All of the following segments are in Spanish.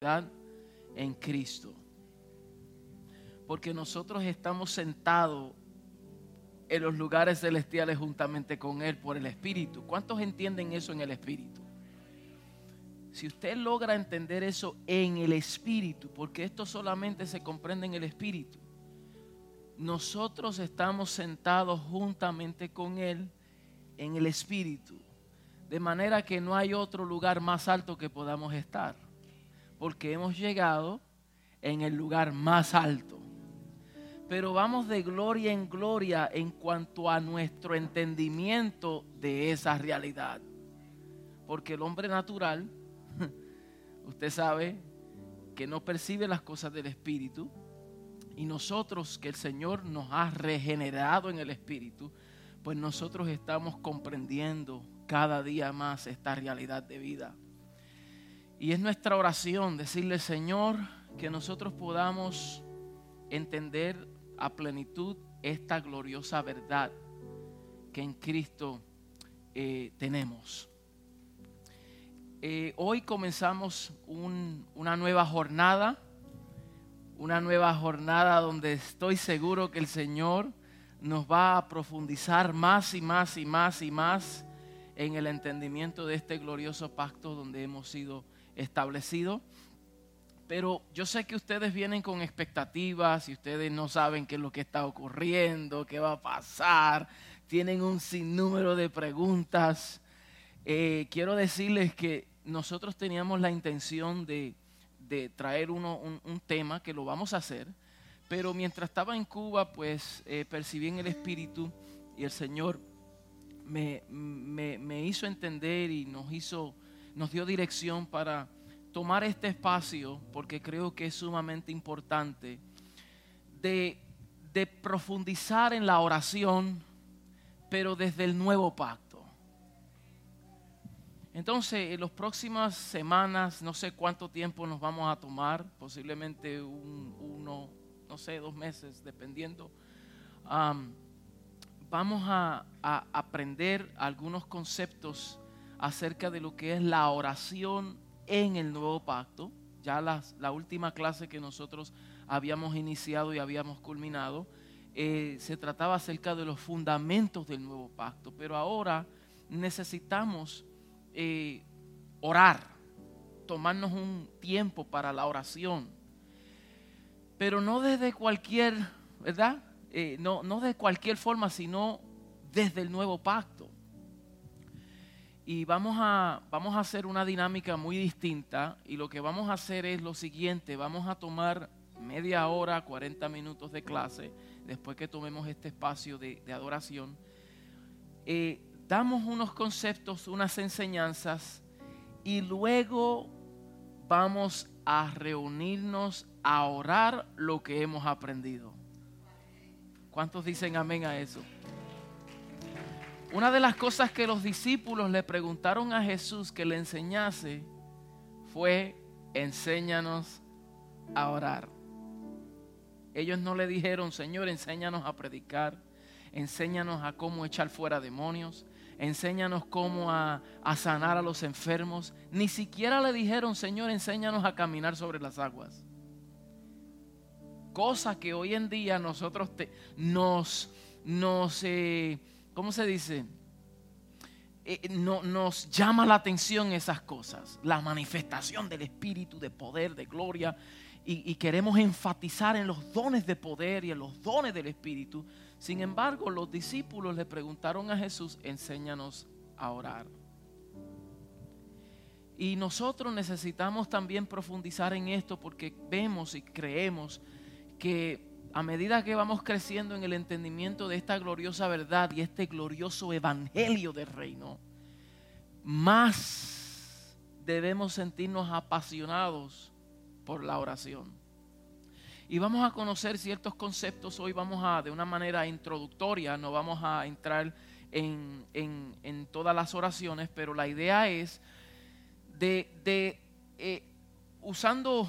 en Cristo. Porque nosotros estamos sentados en los lugares celestiales juntamente con Él por el Espíritu. ¿Cuántos entienden eso en el Espíritu? Si usted logra entender eso en el Espíritu, porque esto solamente se comprende en el Espíritu, nosotros estamos sentados juntamente con Él en el Espíritu, de manera que no hay otro lugar más alto que podamos estar, porque hemos llegado en el lugar más alto. Pero vamos de gloria en gloria en cuanto a nuestro entendimiento de esa realidad, porque el hombre natural, usted sabe que no percibe las cosas del Espíritu, y nosotros que el Señor nos ha regenerado en el Espíritu, pues nosotros estamos comprendiendo cada día más esta realidad de vida. Y es nuestra oración decirle, Señor, que nosotros podamos entender a plenitud esta gloriosa verdad que en Cristo tenemos. Hoy comenzamos una nueva jornada donde estoy seguro que el Señor nos va a profundizar más y más y más y más en el entendimiento de este glorioso pacto donde hemos sido establecidos. Pero yo sé que ustedes vienen con expectativas y ustedes no saben qué es lo que está ocurriendo, qué va a pasar, tienen un sinnúmero de preguntas. Quiero decirles que nosotros teníamos la intención de traer un tema que lo vamos a hacer, pero mientras estaba en Cuba, pues percibí en el Espíritu y el Señor me hizo entender y nos dio dirección para tomar este espacio, porque creo que es sumamente importante de profundizar en la oración, pero desde el nuevo pacto. Entonces, en las próximas semanas, no sé cuánto tiempo nos vamos a tomar, posiblemente 2 meses, dependiendo. Vamos a aprender algunos conceptos acerca de lo que es la oración en el nuevo pacto. Ya la última clase que nosotros habíamos iniciado y habíamos culminado, se trataba acerca de los fundamentos del nuevo pacto, pero ahora necesitamos orar, tomarnos un tiempo para la oración, pero no desde cualquier, ¿verdad? No de cualquier forma, sino desde el nuevo pacto. Y vamos a hacer una dinámica muy distinta, y lo que vamos a hacer es lo siguiente: vamos a tomar media hora, 40 minutos de clase, después que tomemos este espacio de adoración. Damos unos conceptos, unas enseñanzas, y luego vamos a reunirnos a orar lo que hemos aprendido. ¿Cuántos dicen amén a eso? Una de las cosas que los discípulos le preguntaron a Jesús que le enseñase fue: enséñanos a orar. Ellos no le dijeron: Señor, enséñanos a predicar, enséñanos a cómo echar fuera demonios, enséñanos cómo a sanar a los enfermos. Ni siquiera le dijeron: Señor, enséñanos a caminar sobre las aguas. Cosa que hoy en día nosotros ¿cómo se dice? Nos llama la atención esas cosas, la manifestación del Espíritu, de poder, de gloria, y queremos enfatizar en los dones de poder y en los dones del Espíritu. Sin embargo, los discípulos le preguntaron a Jesús: enséñanos a orar. Y nosotros necesitamos también profundizar en esto, porque vemos y creemos que a medida que vamos creciendo en el entendimiento de esta gloriosa verdad y este glorioso evangelio del reino, más debemos sentirnos apasionados por la oración. Y vamos a conocer ciertos conceptos. Hoy de una manera introductoria, no vamos a entrar en todas las oraciones, pero la idea es usando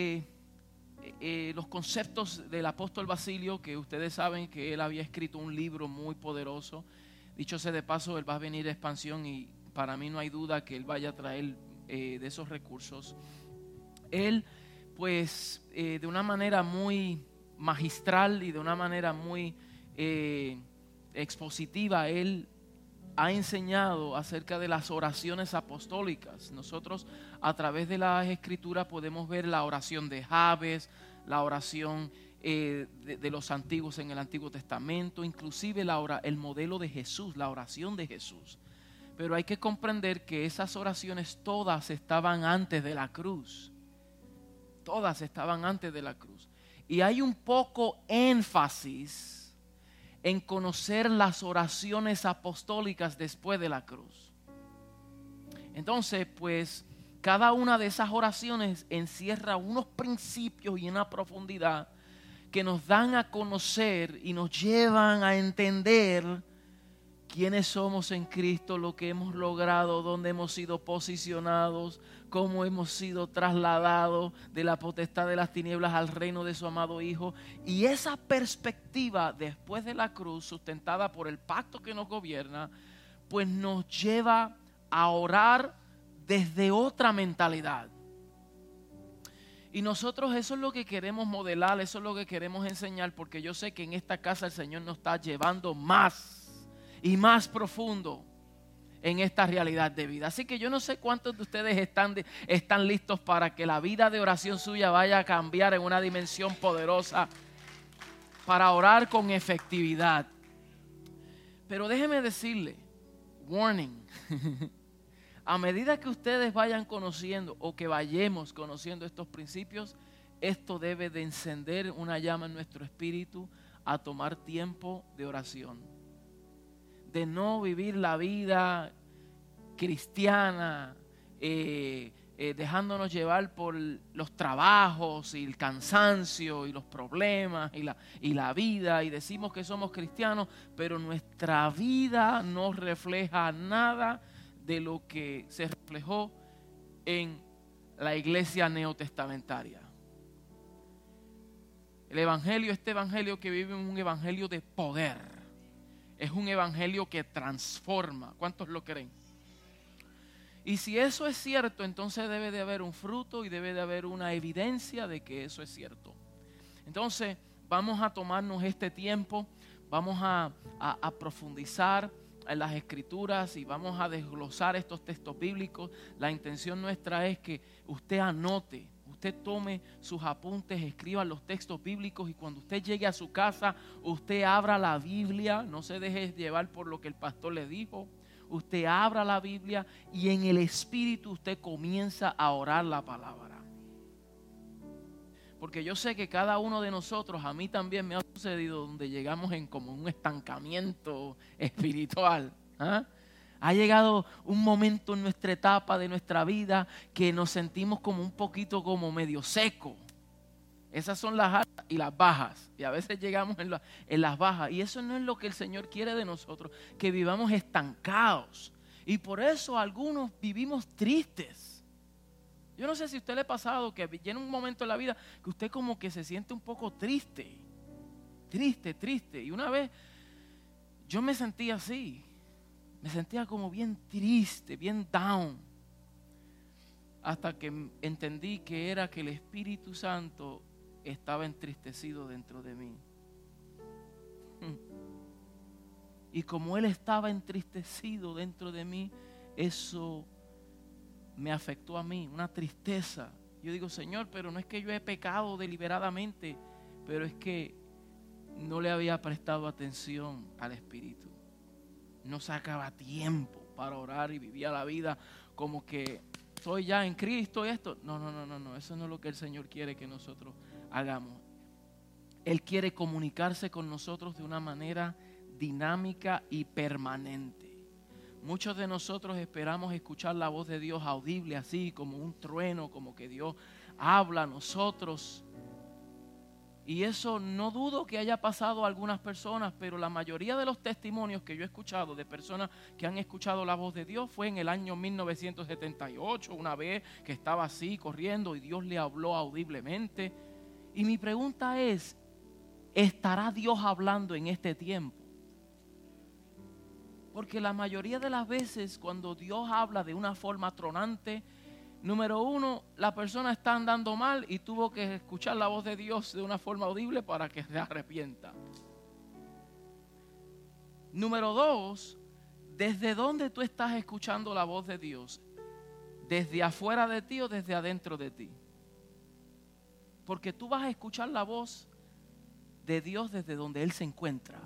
los conceptos del apóstol Basilio, que ustedes saben que él había escrito un libro muy poderoso. Dicho sea de paso, él va a venir a Expansión y para mí no hay duda que él vaya a traer de esos recursos. Él, pues, de una manera muy magistral y de una manera muy expositiva, Él ha enseñado acerca de las oraciones apostólicas. Nosotros a través de las Escrituras podemos ver la oración de Jabes, la oración de los antiguos en el Antiguo Testamento, inclusive el modelo de Jesús, la oración de Jesús. Pero hay que comprender que esas oraciones todas estaban antes de la cruz. Todas estaban antes de la cruz. Y hay un poco énfasis en conocer las oraciones apostólicas después de la cruz. Entonces, pues, cada una de esas oraciones encierra unos principios y una profundidad que nos dan a conocer y nos llevan a entender quiénes somos en Cristo, lo que hemos logrado, dónde hemos sido posicionados, cómo hemos sido trasladados de la potestad de las tinieblas al reino de su amado Hijo. Y esa perspectiva después de la cruz, sustentada por el pacto que nos gobierna, pues nos lleva a orar desde otra mentalidad. Y nosotros eso es lo que queremos modelar, eso es lo que queremos enseñar, porque yo sé que en esta casa el Señor nos está llevando más y más profundo en esta realidad de vida. Así que yo no sé cuántos de ustedes están listos para que la vida de oración suya vaya a cambiar en una dimensión poderosa, para orar con efectividad. Pero déjeme decirle, warning, a medida que ustedes vayan conociendo o que vayamos conociendo estos principios, esto debe de encender una llama en nuestro espíritu a tomar tiempo de oración. De no vivir la vida cristiana dejándonos llevar por los trabajos y el cansancio y los problemas y la vida, y decimos que somos cristianos, pero nuestra vida no refleja nada de lo que se reflejó en la iglesia neotestamentaria. El evangelio, este evangelio que vive, es un evangelio de poder. Es un evangelio que transforma. ¿Cuántos lo creen? Y si eso es cierto, entonces debe de haber un fruto y debe de haber una evidencia de que eso es cierto. Entonces vamos a tomarnos este tiempo, vamos a profundizar en las Escrituras y vamos a desglosar estos textos bíblicos. La intención nuestra es que usted anote, usted tome sus apuntes, escriba los textos bíblicos, y cuando usted llegue a su casa, usted abra la Biblia, no se deje llevar por lo que el pastor le dijo. Usted abra la Biblia y en el Espíritu usted comienza a orar la palabra. Porque yo sé que cada uno de nosotros, a mí también me ha sucedido, donde llegamos en como un estancamiento espiritual. Ha llegado un momento en nuestra etapa de nuestra vida que nos sentimos como un poquito como medio seco. Esas son las altas y las bajas. Y a veces llegamos en las bajas. Y eso no es lo que el Señor quiere de nosotros, que vivamos estancados. Y por eso algunos vivimos tristes. Yo no sé si a usted le ha pasado que llega un momento en la vida que usted como que se siente un poco triste. Triste. Y una vez yo me sentía así. Me sentía como bien triste, bien down. Hasta que entendí que era que el Espíritu Santo estaba entristecido dentro de mí. Y como Él estaba entristecido dentro de mí, eso me afectó a mí, una tristeza. Yo digo, Señor, pero no es que yo he pecado deliberadamente, pero es que no le había prestado atención al Espíritu. No sacaba tiempo para orar y vivía la vida como que estoy ya en Cristo y esto. No, eso no es lo que el Señor quiere que nosotros hagamos. Él quiere comunicarse con nosotros de una manera dinámica y permanente. Muchos de nosotros esperamos escuchar la voz de Dios audible, así como un trueno, como que Dios habla a nosotros. Y eso no dudo que haya pasado a algunas personas, pero la mayoría de los testimonios que yo he escuchado de personas que han escuchado la voz de Dios fue en el año 1978, una vez que estaba así corriendo y Dios le habló audiblemente. Y mi pregunta es, ¿estará Dios hablando en este tiempo? Porque la mayoría de las veces cuando Dios habla de una forma tronante, Número uno, la persona está andando mal y tuvo que escuchar la voz de Dios de una forma audible para que se arrepienta. Número dos, ¿desde dónde tú estás escuchando la voz de Dios? ¿Desde afuera de ti o desde adentro de ti? Porque tú vas a escuchar la voz de Dios desde donde Él se encuentra.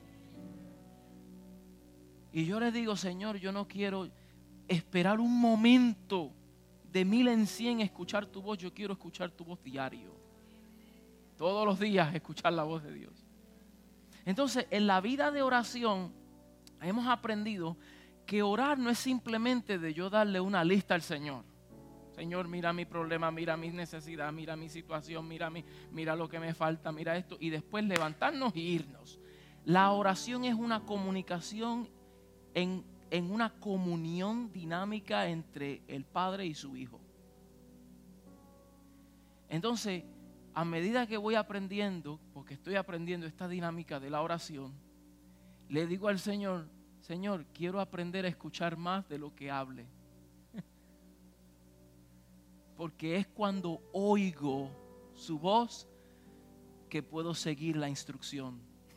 Y yo le digo, Señor, yo no quiero esperar un momento de 1000 en 100 escuchar tu voz. Yo quiero escuchar tu voz diario. Todos los días escuchar la voz de Dios. Entonces, en la vida de oración hemos aprendido que orar no es simplemente de yo darle una lista al Señor. Señor, mira mi problema, mira mi necesidad, mira mi situación, mira lo que me falta, mira esto. Y después levantarnos y irnos. La oración es una comunicación en una comunión dinámica entre el Padre y su Hijo. Entonces, a medida que voy aprendiendo, porque estoy aprendiendo esta dinámica de la oración, le digo al Señor, Señor, quiero aprender a escuchar más de lo que hable. Porque es cuando oigo su voz que puedo seguir la instrucción.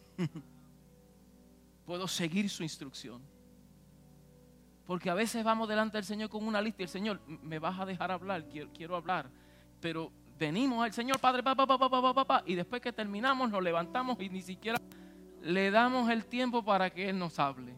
Puedo seguir su instrucción. Porque a veces vamos delante del Señor con una lista y el Señor, me vas a dejar hablar, quiero hablar. Pero venimos al Señor, Padre, y después que terminamos nos levantamos y ni siquiera le damos el tiempo para que Él nos hable.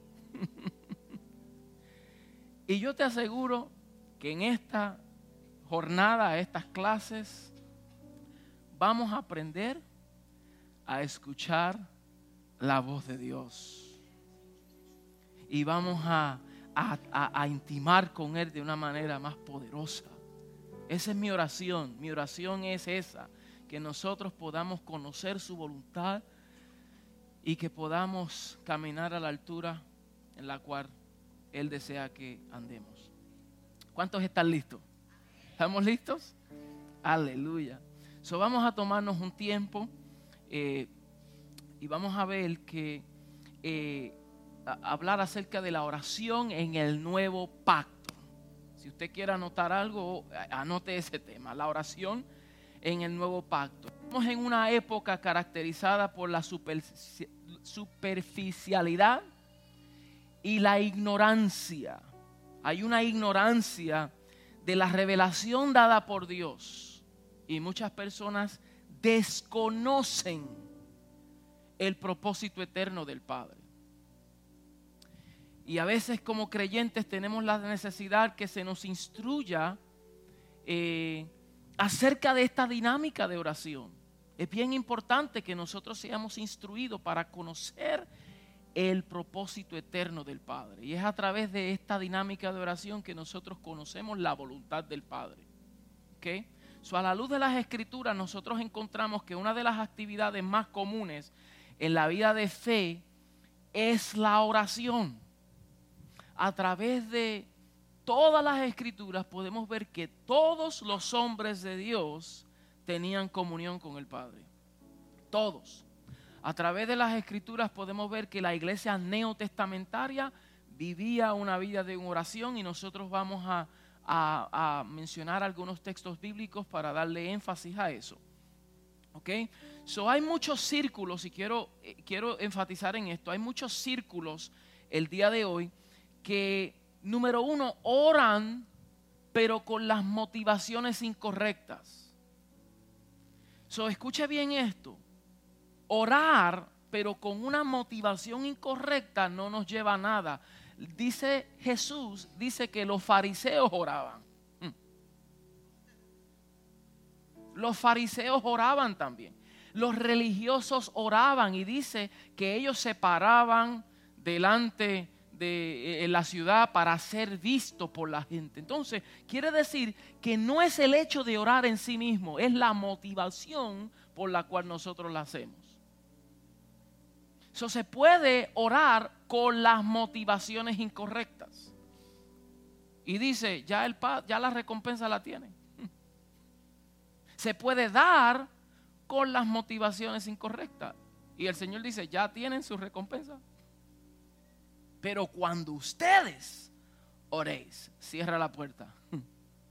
Y yo te aseguro que en esta jornada, estas clases, vamos a aprender a escuchar la voz de Dios. Y vamos a intimar con Él de una manera más poderosa. Esa es mi oración. Mi oración es esa, que nosotros podamos conocer su voluntad y que podamos caminar a la altura en la cual Él desea que andemos. ¿Cuántos están listos? ¿Estamos listos? Aleluya. So, vamos a tomarnos un tiempo y vamos a ver que hablar acerca de la oración en el nuevo pacto. Si usted quiere anotar algo, anote ese tema, la oración en el nuevo pacto. Estamos en una época caracterizada por la superficialidad y la ignorancia. Hay una ignorancia de la revelación dada por Dios y muchas personas desconocen el propósito eterno del Padre. Y a veces como creyentes tenemos la necesidad que se nos instruya acerca de esta dinámica de oración. Es bien importante que nosotros seamos instruidos para conocer el propósito eterno del Padre. Y es a través de esta dinámica de oración que nosotros conocemos la voluntad del Padre. ¿Okay? So, a la luz de las Escrituras nosotros encontramos que una de las actividades más comunes en la vida de fe es la oración. A través de todas las Escrituras podemos ver que todos los hombres de Dios tenían comunión con el Padre. Todos. A través de las Escrituras podemos ver que la iglesia neotestamentaria vivía una vida de oración y nosotros vamos a mencionar algunos textos bíblicos para darle énfasis a eso. ¿Ok? So, hay muchos círculos y quiero enfatizar en esto. Hay muchos círculos el día de hoy que, número uno, oran pero con las motivaciones incorrectas. So, escuche bien esto. Orar pero con una motivación incorrecta no nos lleva a nada. Dice Jesús, dice que los fariseos oraban. Los fariseos oraban también. Los religiosos oraban y dice que ellos se paraban delante de la ciudad para ser vistos por la gente. Entonces, quiere decir que no es el hecho de orar en sí mismo, es la motivación por la cual nosotros la hacemos. So, se puede orar con las motivaciones incorrectas. Y dice, ya la recompensa la tiene. Se puede dar con las motivaciones incorrectas. Y el Señor dice, ya tienen su recompensa. Pero cuando ustedes oréis, cierra la puerta.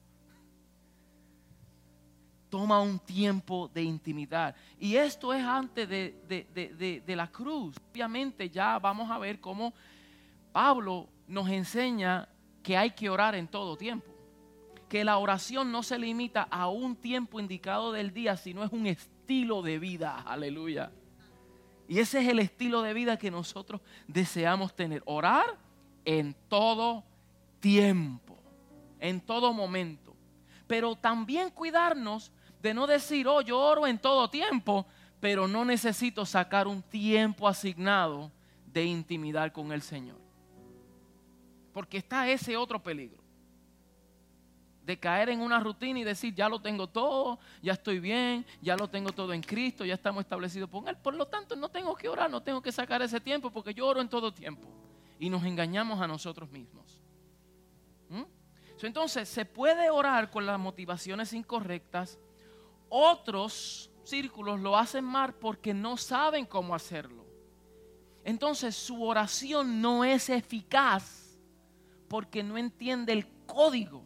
toma un tiempo de intimidad. Y esto es antes de la cruz. Obviamente ya vamos a ver cómo Pablo nos enseña que hay que orar en todo tiempo. Que la oración no se limita a un tiempo indicado del día, sino es un estilo de vida. Aleluya. Y ese es el estilo de vida que nosotros deseamos tener. Orar en todo tiempo, en todo momento. Pero también cuidarnos de no decir, oh, yo oro en todo tiempo, pero no necesito sacar un tiempo asignado de intimidad con el Señor. Porque está ese otro peligro. De caer en una rutina y decir, ya lo tengo todo, ya estoy bien, ya lo tengo todo en Cristo, ya estamos establecidos con Él. Por lo tanto, no tengo que orar, no tengo que sacar ese tiempo porque yo oro en todo tiempo. Y nos engañamos a nosotros mismos. Entonces, se puede orar con las motivaciones incorrectas. Otros círculos lo hacen mal porque no saben cómo hacerlo. Entonces, su oración no es eficaz porque no entiende el código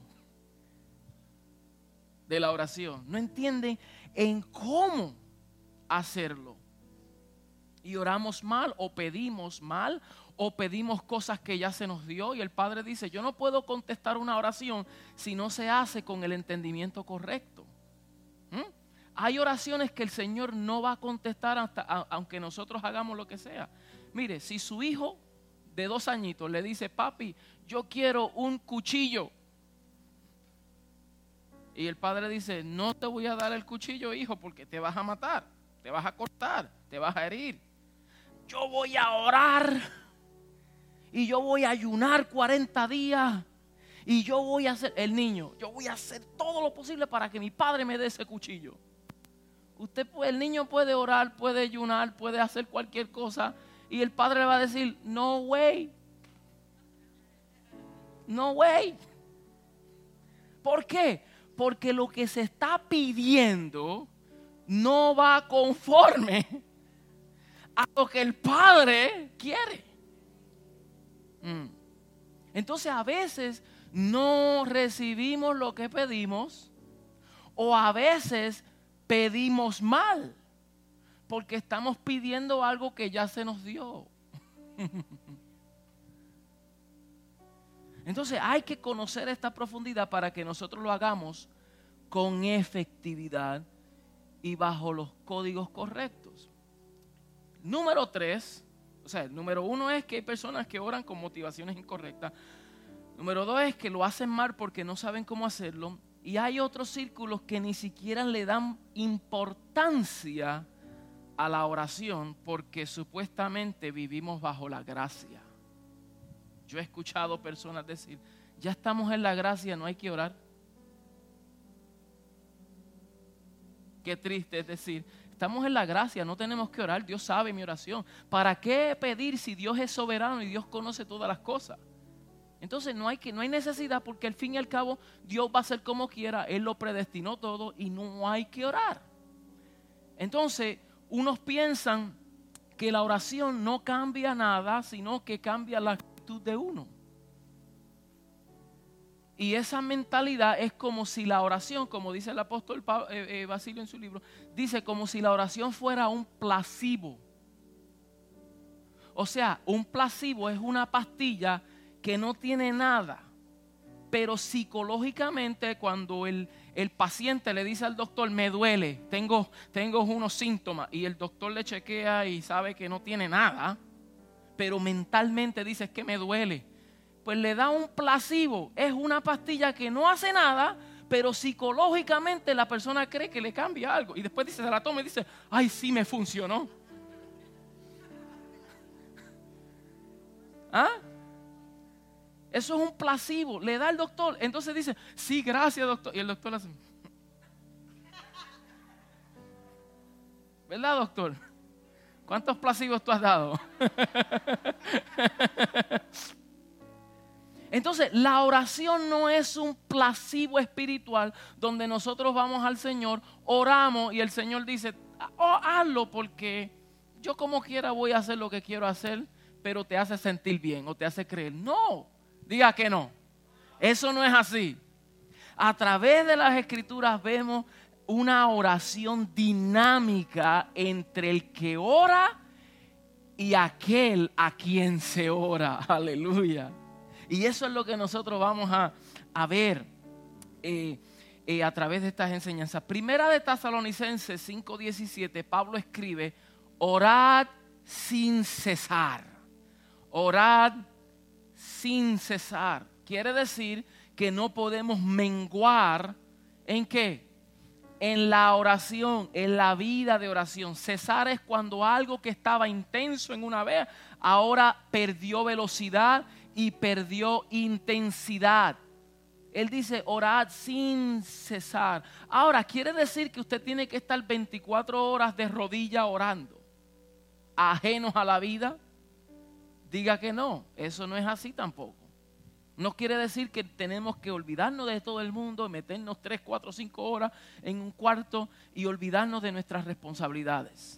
de la oración, no entienden en cómo hacerlo. Y oramos mal o pedimos cosas que ya se nos dio. Y el Padre dice, yo no puedo contestar una oración si no se hace con el entendimiento correcto. Hay oraciones que el Señor no va a contestar aunque nosotros hagamos lo que sea. Mire, si su hijo de 2 añitos le dice, papi, yo quiero un cuchillo. Y el padre dice, no te voy a dar el cuchillo, hijo, porque te vas a matar, te vas a cortar, te vas a herir. Yo voy a orar y yo voy a ayunar 40 días y yo voy a hacer, el niño, yo voy a hacer todo lo posible para que mi padre me dé ese cuchillo. El niño puede orar, puede ayunar, puede hacer cualquier cosa y el padre le va a decir, no way, no way. ¿Por qué? Porque lo que se está pidiendo no va conforme a lo que el Padre quiere. Entonces a veces no recibimos lo que pedimos o a veces pedimos mal porque estamos pidiendo algo que ya se nos dio. Entonces hay que conocer esta profundidad para que nosotros lo hagamos con efectividad y bajo los códigos correctos. Número 3, el número 1 es que hay personas que oran con motivaciones incorrectas. Número 2 es que lo hacen mal porque no saben cómo hacerlo. Y hay otros círculos que ni siquiera le dan importancia a la oración porque supuestamente vivimos bajo la gracia. Yo he escuchado personas decir, ya estamos en la gracia, no hay que orar. Qué triste es decir, estamos en la gracia, no tenemos que orar, Dios sabe mi oración. ¿Para qué pedir si Dios es soberano y Dios conoce todas las cosas? Entonces no hay necesidad porque al fin y al cabo Dios va a hacer como quiera, Él lo predestinó todo y no hay que orar. Entonces unos piensan que la oración no cambia nada, sino que cambia la actitud de uno. Y esa mentalidad es como si la oración, como dice el apóstol Basilio en su libro, dice como si la oración fuera un placebo. O sea, un placebo es una pastilla que no tiene nada, pero psicológicamente cuando el paciente le dice al doctor, me duele, tengo unos síntomas, y el doctor le chequea y sabe que no tiene nada, pero mentalmente dice, es que me duele. Pues le da un placebo, es una pastilla que no hace nada, pero psicológicamente la persona cree que le cambia algo. Y después se la toma y dice, ay, sí me funcionó. ¿Ah? Eso es un placebo, le da al doctor. Entonces dice, sí, gracias doctor. Y el doctor hace, ¿verdad doctor? ¿Cuántos placebos tú has dado? Entonces, la oración no es un placebo espiritual donde nosotros vamos al Señor, oramos y el Señor dice, oh, hazlo porque yo como quiera voy a hacer lo que quiero hacer, pero te hace sentir bien o te hace creer. No, diga que no. Eso no es así. A través de las Escrituras vemos una oración dinámica entre el que ora y aquel a quien se ora. Aleluya. Y eso es lo que nosotros vamos a ver a través de estas enseñanzas. Primera de Tesalonicenses 5:17, Pablo escribe: orad sin cesar. Orad sin cesar. Quiere decir que no podemos menguar ¿en qué? En la oración, en la vida de oración. Cesar es cuando algo que estaba intenso en una vez, ahora perdió velocidad y perdió intensidad. Él dice: orad sin cesar. Ahora, ¿quiere decir que usted tiene que estar 24 horas de rodilla orando, ajenos a la vida? Diga que no, eso no es así tampoco. No quiere decir que tenemos que olvidarnos de todo el mundo, meternos 3, 4, 5 horas en un cuarto y olvidarnos de nuestras responsabilidades.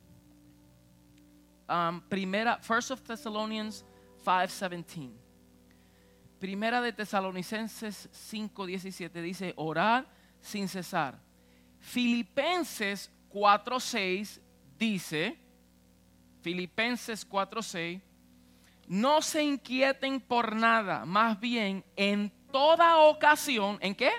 First of Thessalonians 5:17. Primera de Tesalonicenses 5:17 dice: orad sin cesar. Filipenses 4:6 dice, Filipenses 4:6, no se inquieten por nada, más bien en toda ocasión, ¿en qué?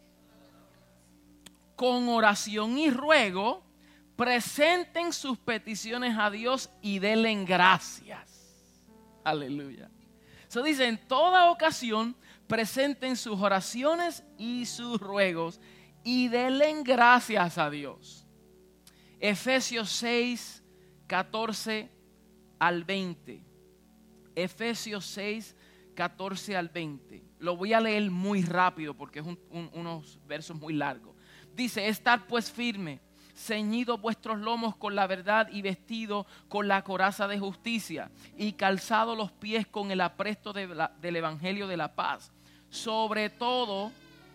Con oración y ruego, presenten sus peticiones a Dios y denle gracias. Aleluya. Eso dice: en toda ocasión, presenten sus oraciones y sus ruegos y denle gracias a Dios. Efesios 6, 14 al 20. Efesios 6, 14 al 20. Lo voy a leer muy rápido porque es unos versos muy largos. Dice: estad pues firme, ceñidos vuestros lomos con la verdad y vestido con la coraza de justicia y calzados los pies con el apresto del evangelio de la paz. Sobre todo,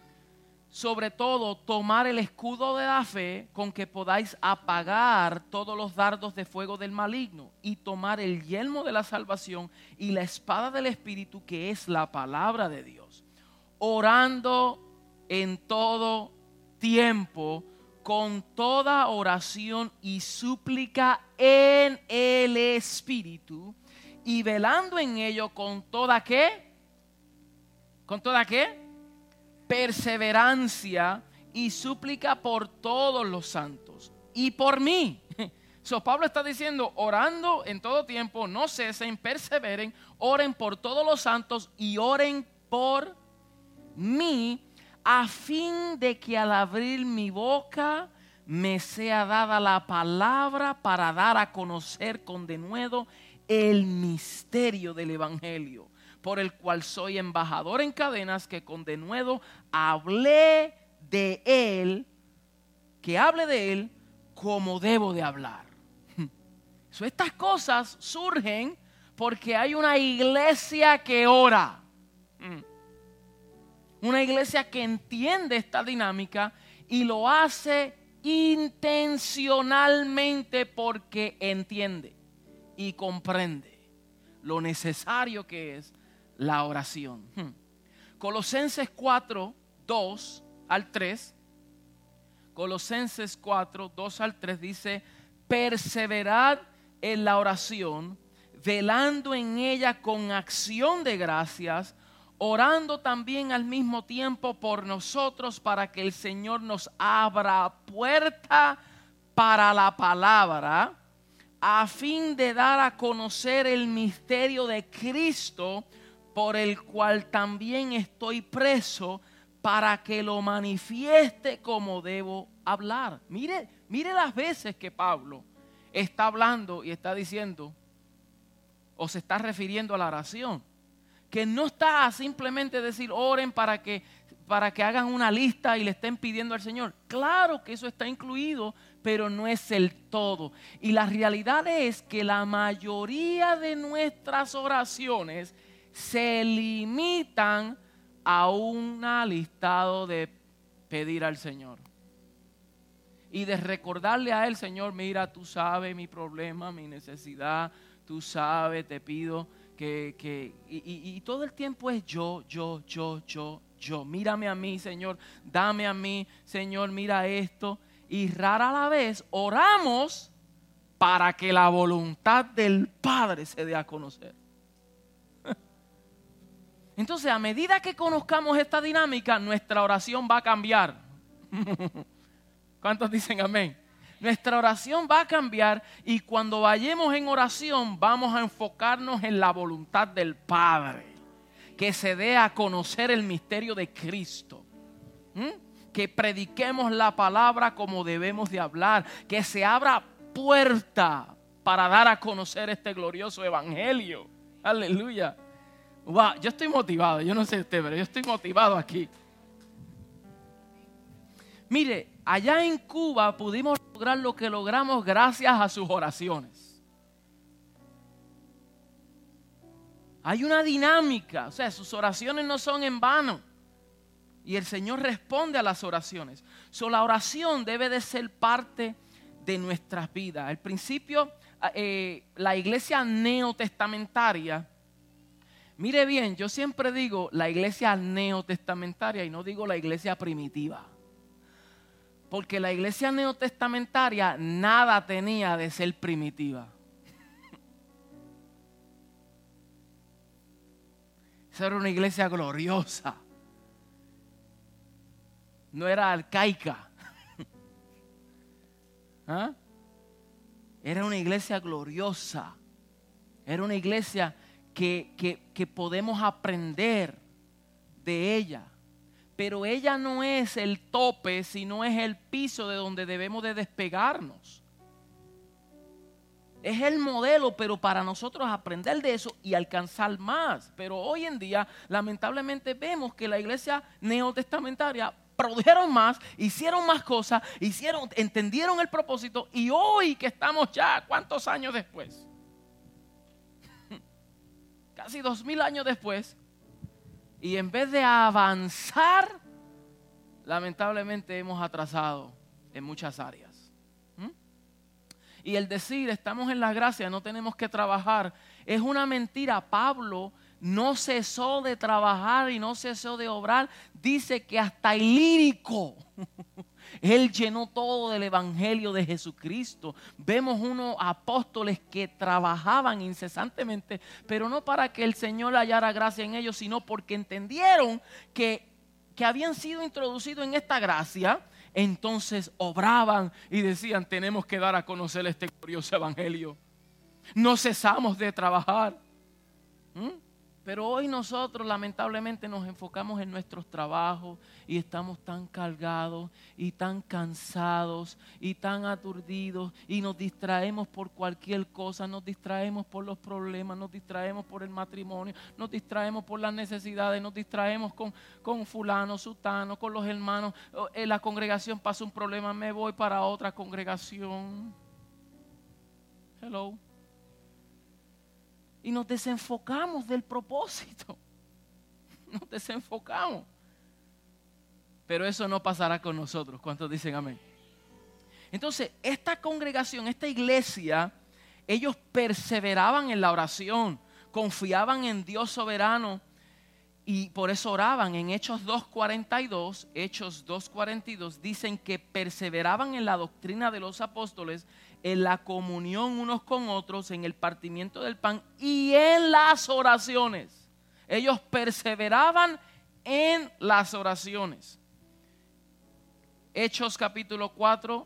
tomar el escudo de la fe con que podáis apagar todos los dardos de fuego del maligno, y tomar el yelmo de la salvación y la espada del Espíritu, que es la palabra de Dios, orando en todo tiempo con toda oración y súplica en el Espíritu, y velando en ello con toda ¿qué? ¿Con toda qué? Perseverancia y súplica por todos los santos y por mí. Pablo está diciendo: orando en todo tiempo, no cesen, perseveren, oren por todos los santos y oren por mí, a fin de que al abrir mi boca me sea dada la palabra para dar a conocer con denuedo el misterio del evangelio, por el cual soy embajador en cadenas, que con denuedo hablé de él, que hable de él como debo de hablar. Estas cosas surgen porque hay una iglesia que ora. Una iglesia que entiende esta dinámica y lo hace intencionalmente porque entiende y comprende lo necesario que es la oración. Colosenses 4, 2 al 3. Colosenses 4, 2 al 3 dice: perseverad en la oración, velando en ella con acción de gracias, orando también al mismo tiempo por nosotros, para que el Señor nos abra puerta para la palabra, a fin de dar a conocer el misterio de Cristo, por el cual también estoy preso, para que lo manifieste como debo hablar. Mire las veces que Pablo está hablando y está diciendo, o se está refiriendo a la oración, que no está a simplemente decir oren para que hagan una lista y le estén pidiendo al Señor. Claro que eso está incluido, pero no es el todo. Y la realidad es que la mayoría de nuestras oraciones se limitan a un listado de pedir al Señor y de recordarle a Él: Señor, mira, tú sabes mi problema, mi necesidad, tú sabes, te pido que y todo el tiempo es yo. yo. Mírame a mí, Señor, dame a mí, Señor, mira esto. Y rara a la vez oramos para que la voluntad del Padre se dé a conocer. Entonces, a medida que conozcamos esta dinámica, nuestra oración va a cambiar. ¿Cuántos dicen amén? Nuestra oración va a cambiar y cuando vayamos en oración vamos a enfocarnos en la voluntad del Padre. Que se dé a conocer el misterio de Cristo. Que prediquemos la palabra como debemos de hablar. Que se abra puerta para dar a conocer este glorioso evangelio. Aleluya. Wow, yo estoy motivado, yo no sé usted, pero yo estoy motivado aquí. Mire, allá en Cuba pudimos lograr lo que logramos gracias a sus oraciones. Hay una dinámica, o sea, sus oraciones no son en vano. Y el Señor responde a las oraciones. La oración debe de ser parte de nuestras vidas. Al principio, la iglesia neotestamentaria, mire bien, yo siempre digo la iglesia neotestamentaria y no digo la iglesia primitiva. Porque la iglesia neotestamentaria nada tenía de ser primitiva. Esa era una iglesia gloriosa. No era arcaica. ¿Ah? Era una iglesia gloriosa. Era una iglesia que podemos aprender de ella. Pero ella no es el tope, sino es el piso de donde debemos de despegarnos. Es el modelo, pero para nosotros aprender de eso y alcanzar más. Pero hoy en día, lamentablemente, vemos que la iglesia neotestamentaria produjeron más, hicieron más cosas, entendieron el propósito. Y hoy que estamos ya, ¿cuántos años después? Casi 2000 años después. Y en vez de avanzar, lamentablemente hemos atrasado en muchas áreas. Y el decir, estamos en la gracia, no tenemos que trabajar, es una mentira. Pablo no cesó de trabajar y no cesó de obrar. Dice que hasta el lírico, él llenó todo del evangelio de Jesucristo. Vemos unos apóstoles que trabajaban incesantemente, pero no para que el Señor hallara gracia en ellos, sino porque entendieron que habían sido introducidos en esta gracia. Entonces obraban y decían, tenemos que dar a conocer este glorioso evangelio. No cesamos de trabajar. Pero hoy nosotros lamentablemente nos enfocamos en nuestros trabajos y estamos tan cargados y tan cansados y tan aturdidos y nos distraemos por cualquier cosa, nos distraemos por los problemas, nos distraemos por el matrimonio, nos distraemos por las necesidades, nos distraemos con fulano, sutano, con los hermanos. En la congregación pasa un problema, me voy para otra congregación. Hello. Y nos desenfocamos del propósito. Nos desenfocamos. Pero eso no pasará con nosotros. ¿Cuántos dicen amén? Entonces, esta congregación, esta iglesia, ellos perseveraban en la oración, confiaban en Dios soberano y por eso oraban. En Hechos 2:42 dicen que perseveraban en la doctrina de los apóstoles, en la comunión unos con otros, en el partimiento del pan y en las oraciones. Ellos perseveraban en las oraciones. Hechos capítulo 4,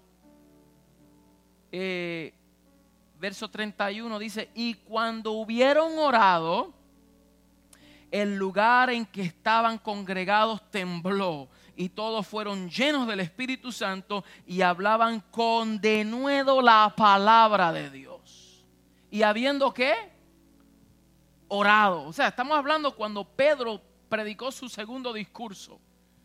verso 31 dice, y cuando hubieron orado, el lugar en que estaban congregados tembló y todos fueron llenos del Espíritu Santo y hablaban con denuedo la palabra de Dios. Y habiendo ¿qué? Orado. O sea, estamos hablando cuando Pedro predicó su segundo discurso.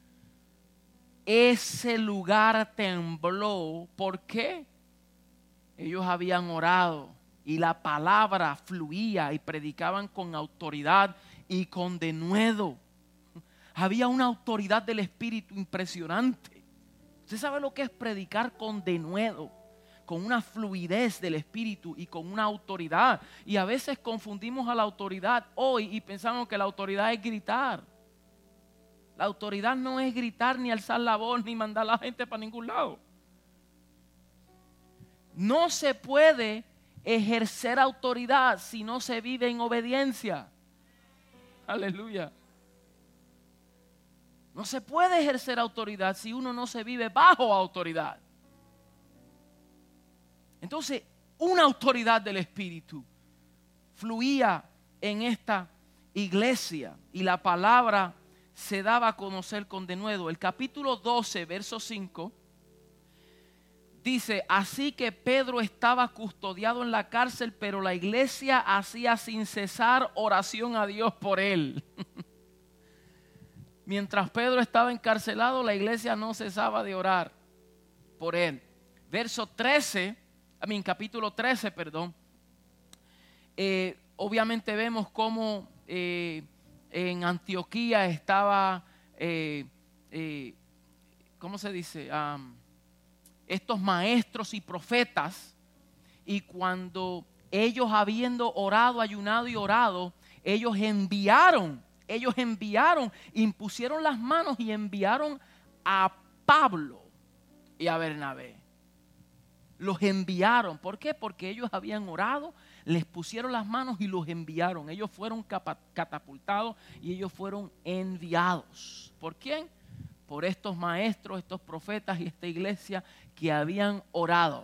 Ese lugar tembló. ¿Por qué? Ellos habían orado y la palabra fluía y predicaban con autoridad y con denuedo. Había una autoridad del Espíritu impresionante. ¿Usted sabe lo que es predicar con denuedo? Con una fluidez del Espíritu y con una autoridad. Y a veces confundimos a la autoridad hoy y pensamos que la autoridad es gritar. La autoridad no es gritar, ni alzar la voz, ni mandar a la gente para ningún lado. No se puede ejercer autoridad si no se vive en obediencia. Aleluya. No se puede ejercer autoridad si uno no se vive bajo autoridad. Entonces, una autoridad del Espíritu fluía en esta iglesia y la palabra se daba a conocer con denuedo. El capítulo 12, verso 5, dice: así que Pedro estaba custodiado en la cárcel, pero la iglesia hacía sin cesar oración a Dios por él. Mientras Pedro estaba encarcelado, la iglesia no cesaba de orar por él. Capítulo 13, perdón. Obviamente vemos cómo en Antioquía estaba, ¿cómo se dice? Estos maestros y profetas, y cuando ellos, habiendo orado, ayunado y orado, ellos enviaron, impusieron las manos y enviaron a Pablo y a Bernabé. Los enviaron. ¿Por qué? Porque ellos habían orado, les pusieron las manos y los enviaron. Ellos fueron catapultados y ellos fueron enviados. ¿Por quién? Por estos maestros, estos profetas y esta iglesia que habían orado.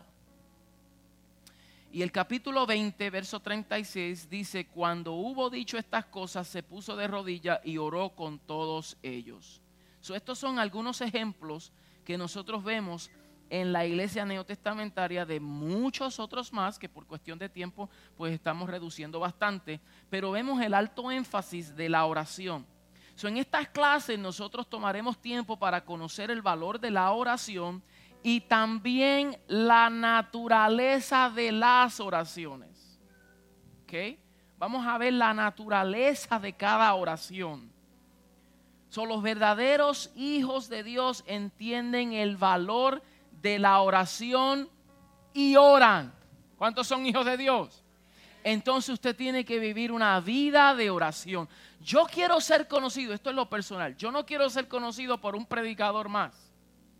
Y el capítulo 20, verso 36 dice: cuando hubo dicho estas cosas, se puso de rodillas y oró con todos ellos. Estos son algunos ejemplos que nosotros vemos en la iglesia neotestamentaria, de muchos otros más que por cuestión de tiempo pues estamos reduciendo bastante, pero vemos el alto énfasis de la oración. En estas clases nosotros tomaremos tiempo para conocer el valor de la oración y también la naturaleza de las oraciones. ¿Okay? Vamos a ver la naturaleza de cada oración. Los verdaderos hijos de Dios entienden el valor de la oración y oran. ¿Cuántos son hijos de Dios? Entonces usted tiene que vivir una vida de oración. Yo quiero ser conocido, esto es lo personal, yo no quiero ser conocido por un predicador más.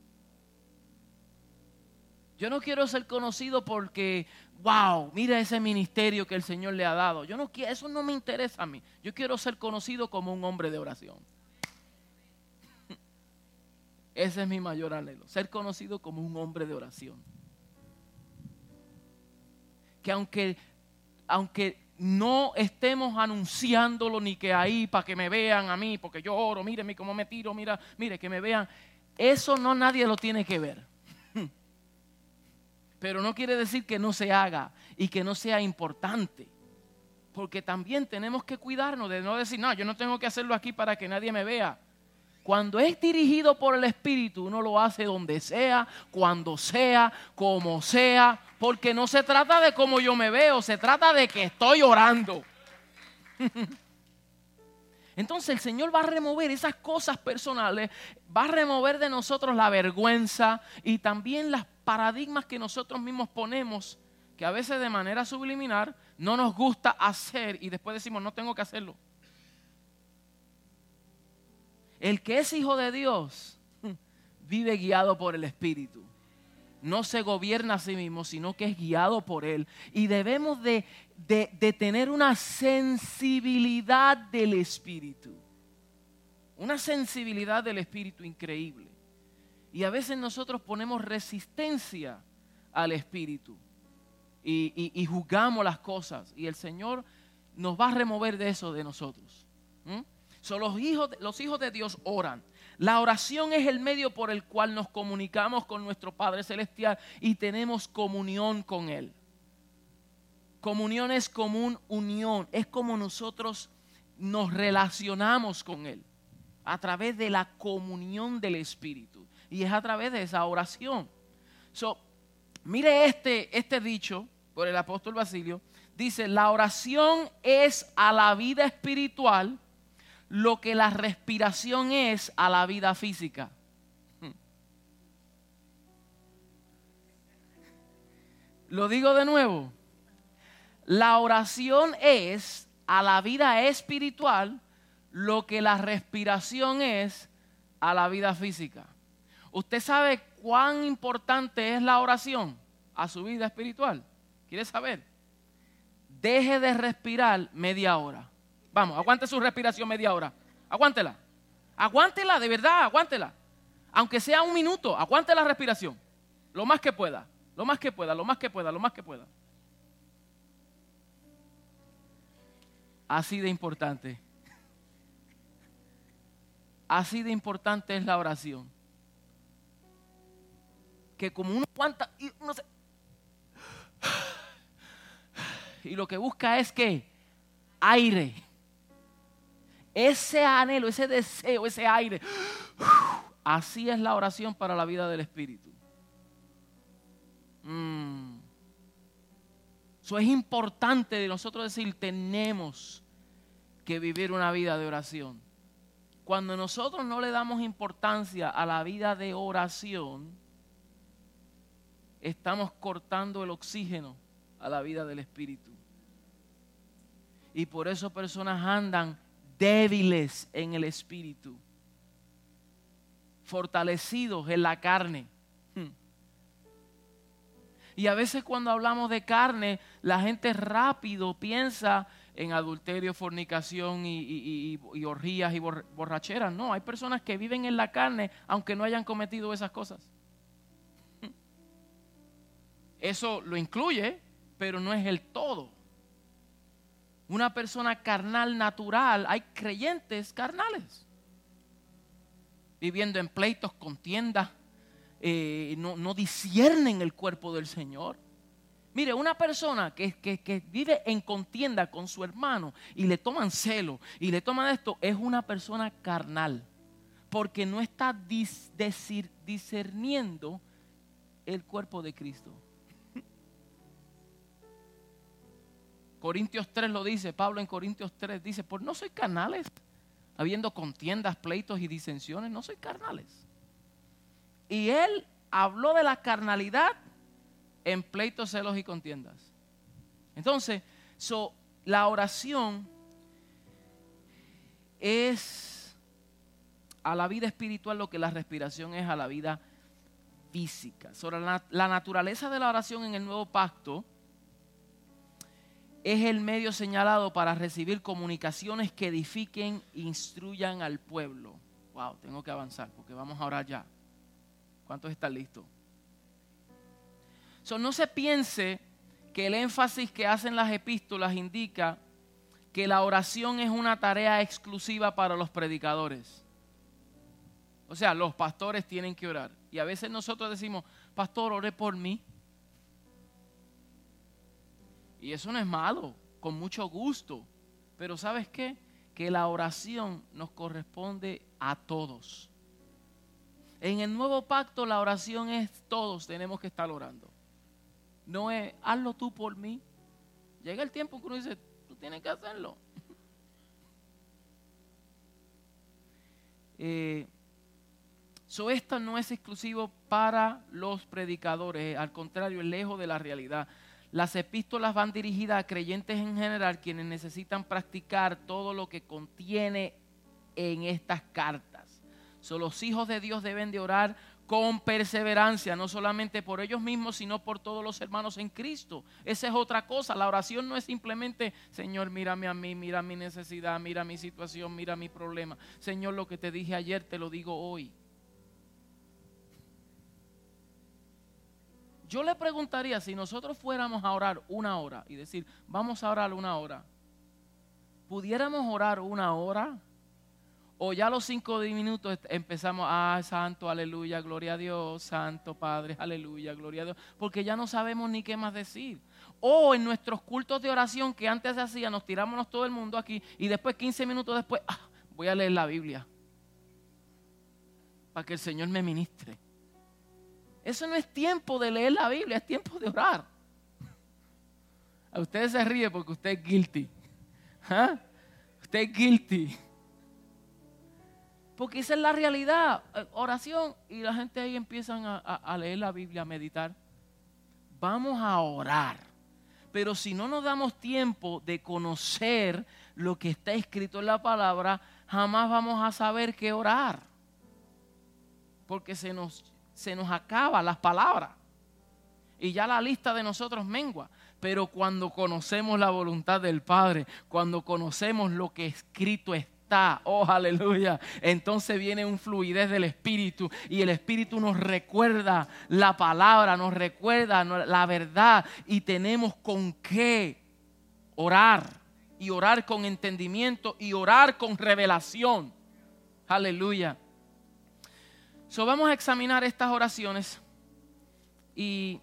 Yo no quiero ser conocido porque, wow, mira ese ministerio que el Señor le ha dado. Yo no quiero, eso no me interesa a mí. Yo quiero ser conocido como un hombre de oración. Ese es mi mayor anhelo, ser conocido como un hombre de oración. Que aunque no estemos anunciándolo ni que ahí para que me vean a mí, porque yo oro, míreme cómo me tiro, mire que me vean. Eso no, nadie lo tiene que ver. Pero no quiere decir que no se haga y que no sea importante. Porque también tenemos que cuidarnos de no decir, no, yo no tengo que hacerlo aquí para que nadie me vea. Cuando es dirigido por el Espíritu, uno lo hace donde sea, cuando sea, como sea, porque no se trata de cómo yo me veo, se trata de que estoy orando. Entonces el Señor va a remover esas cosas personales, va a remover de nosotros la vergüenza y también las paradigmas que nosotros mismos ponemos, que a veces de manera subliminal no nos gusta hacer y después decimos no tengo que hacerlo. El que es hijo de Dios vive guiado por el Espíritu. No se gobierna a sí mismo, sino que es guiado por Él. Y debemos de tener una sensibilidad del Espíritu. Una sensibilidad del Espíritu increíble. Y a veces nosotros ponemos resistencia al Espíritu. Y juzgamos las cosas. Y el Señor nos va a remover de eso de nosotros. Los hijos de Dios oran. La oración es el medio por el cual nos comunicamos con nuestro Padre Celestial y tenemos comunión con Él. Comunión es como unión, es como nosotros nos relacionamos con Él a través de la comunión del Espíritu y es a través de esa oración. Mire este dicho por el apóstol Basilio, dice: la oración es a la vida espiritual lo que la respiración es a la vida física. Lo digo de nuevo. La oración es a la vida espiritual lo que la respiración es a la vida física. ¿Usted sabe cuán importante es la oración a su vida espiritual? ¿Quiere saber? Deje de respirar media hora. Vamos, aguante su respiración media hora. Aguántela. Aguántela, de verdad, aguántela. Aunque sea un minuto, aguante la respiración. Lo más que pueda, lo más que pueda, lo más que pueda, lo más que pueda. Así de importante. Así de importante es la oración. Que como uno aguanta y uno se... Y lo que busca es que aire. Ese anhelo, ese deseo, ese aire. Así es la oración para la vida del Espíritu. Eso es importante de nosotros decir, tenemos que vivir una vida de oración. Cuando nosotros no le damos importancia a la vida de oración, estamos cortando el oxígeno a la vida del Espíritu. Y por eso personas andan débiles en el Espíritu, fortalecidos en la carne. Y a veces cuando hablamos de carne, la gente rápido piensa en adulterio, fornicación y orgías y borracheras. No, hay personas que viven en la carne aunque no hayan cometido esas cosas. Eso lo incluye, pero no es el todo. Una persona carnal natural, hay creyentes carnales, viviendo en pleitos, contiendas, no disciernen el cuerpo del Señor. Mire, una persona que vive en contienda con su hermano y le toman celo y le toman esto, es una persona carnal, porque no está discerniendo el cuerpo de Cristo. Corintios 3 lo dice, Pablo en Corintios 3 dice, pues no sois carnales, habiendo contiendas, pleitos y disensiones, no sois carnales. Y él habló de la carnalidad en pleitos, celos y contiendas. Entonces, la oración es a la vida espiritual lo que la respiración es a la vida física. Sobre la naturaleza de la oración en el nuevo pacto, es el medio señalado para recibir comunicaciones que edifiquen e instruyan al pueblo. Wow, tengo que avanzar porque vamos a orar ya. ¿Cuántos están listos? No se piense que el énfasis que hacen las epístolas indica que la oración es una tarea exclusiva para los predicadores. O sea, los pastores tienen que orar. Y a veces nosotros decimos, pastor, ore por mí. Y eso no es malo, con mucho gusto. Pero ¿sabes qué? Que la oración nos corresponde a todos. En el nuevo pacto la oración es todos tenemos que estar orando. No es, hazlo tú por mí. Llega el tiempo que uno dice, tú tienes que hacerlo. Esto no es exclusivo para los predicadores, al contrario, es lejos de la realidad. Las epístolas van dirigidas a creyentes en general, quienes necesitan practicar todo lo que contiene en estas cartas. Los hijos de Dios deben de orar con perseverancia, no solamente por ellos mismos, sino por todos los hermanos en Cristo. Esa es otra cosa. La oración no es simplemente, Señor, mírame a mí, mira mi necesidad, mira mi situación, mira mi problema. Señor, lo que te dije ayer te lo digo hoy. Yo le preguntaría, si nosotros fuéramos a orar una hora y decir, vamos a orar una hora, ¿pudiéramos orar una hora? O ya a los 5 minutos empezamos, santo, aleluya, gloria a Dios, santo Padre, aleluya, gloria a Dios, porque ya no sabemos ni qué más decir. O en nuestros cultos de oración que antes se hacía, nos tirábamos todo el mundo aquí y después 15 minutos después, voy a leer la Biblia para que el Señor me ministre. Eso no es tiempo de leer la Biblia, es tiempo de orar. A ustedes se ríe porque usted es guilty. Usted es guilty. Porque esa es la realidad, oración, y la gente ahí empiezan a leer la Biblia, a meditar. Vamos a orar, pero si no nos damos tiempo de conocer lo que está escrito en la palabra, jamás vamos a saber qué orar. porque se nos acaban las palabras y ya la lista de nosotros mengua. Pero cuando conocemos la voluntad del Padre, cuando conocemos lo que escrito está, oh aleluya, entonces viene un fluidez del Espíritu y el Espíritu nos recuerda la palabra, nos recuerda la verdad y tenemos con qué orar y orar con entendimiento y orar con revelación. Aleluya. So, vamos a examinar estas oraciones y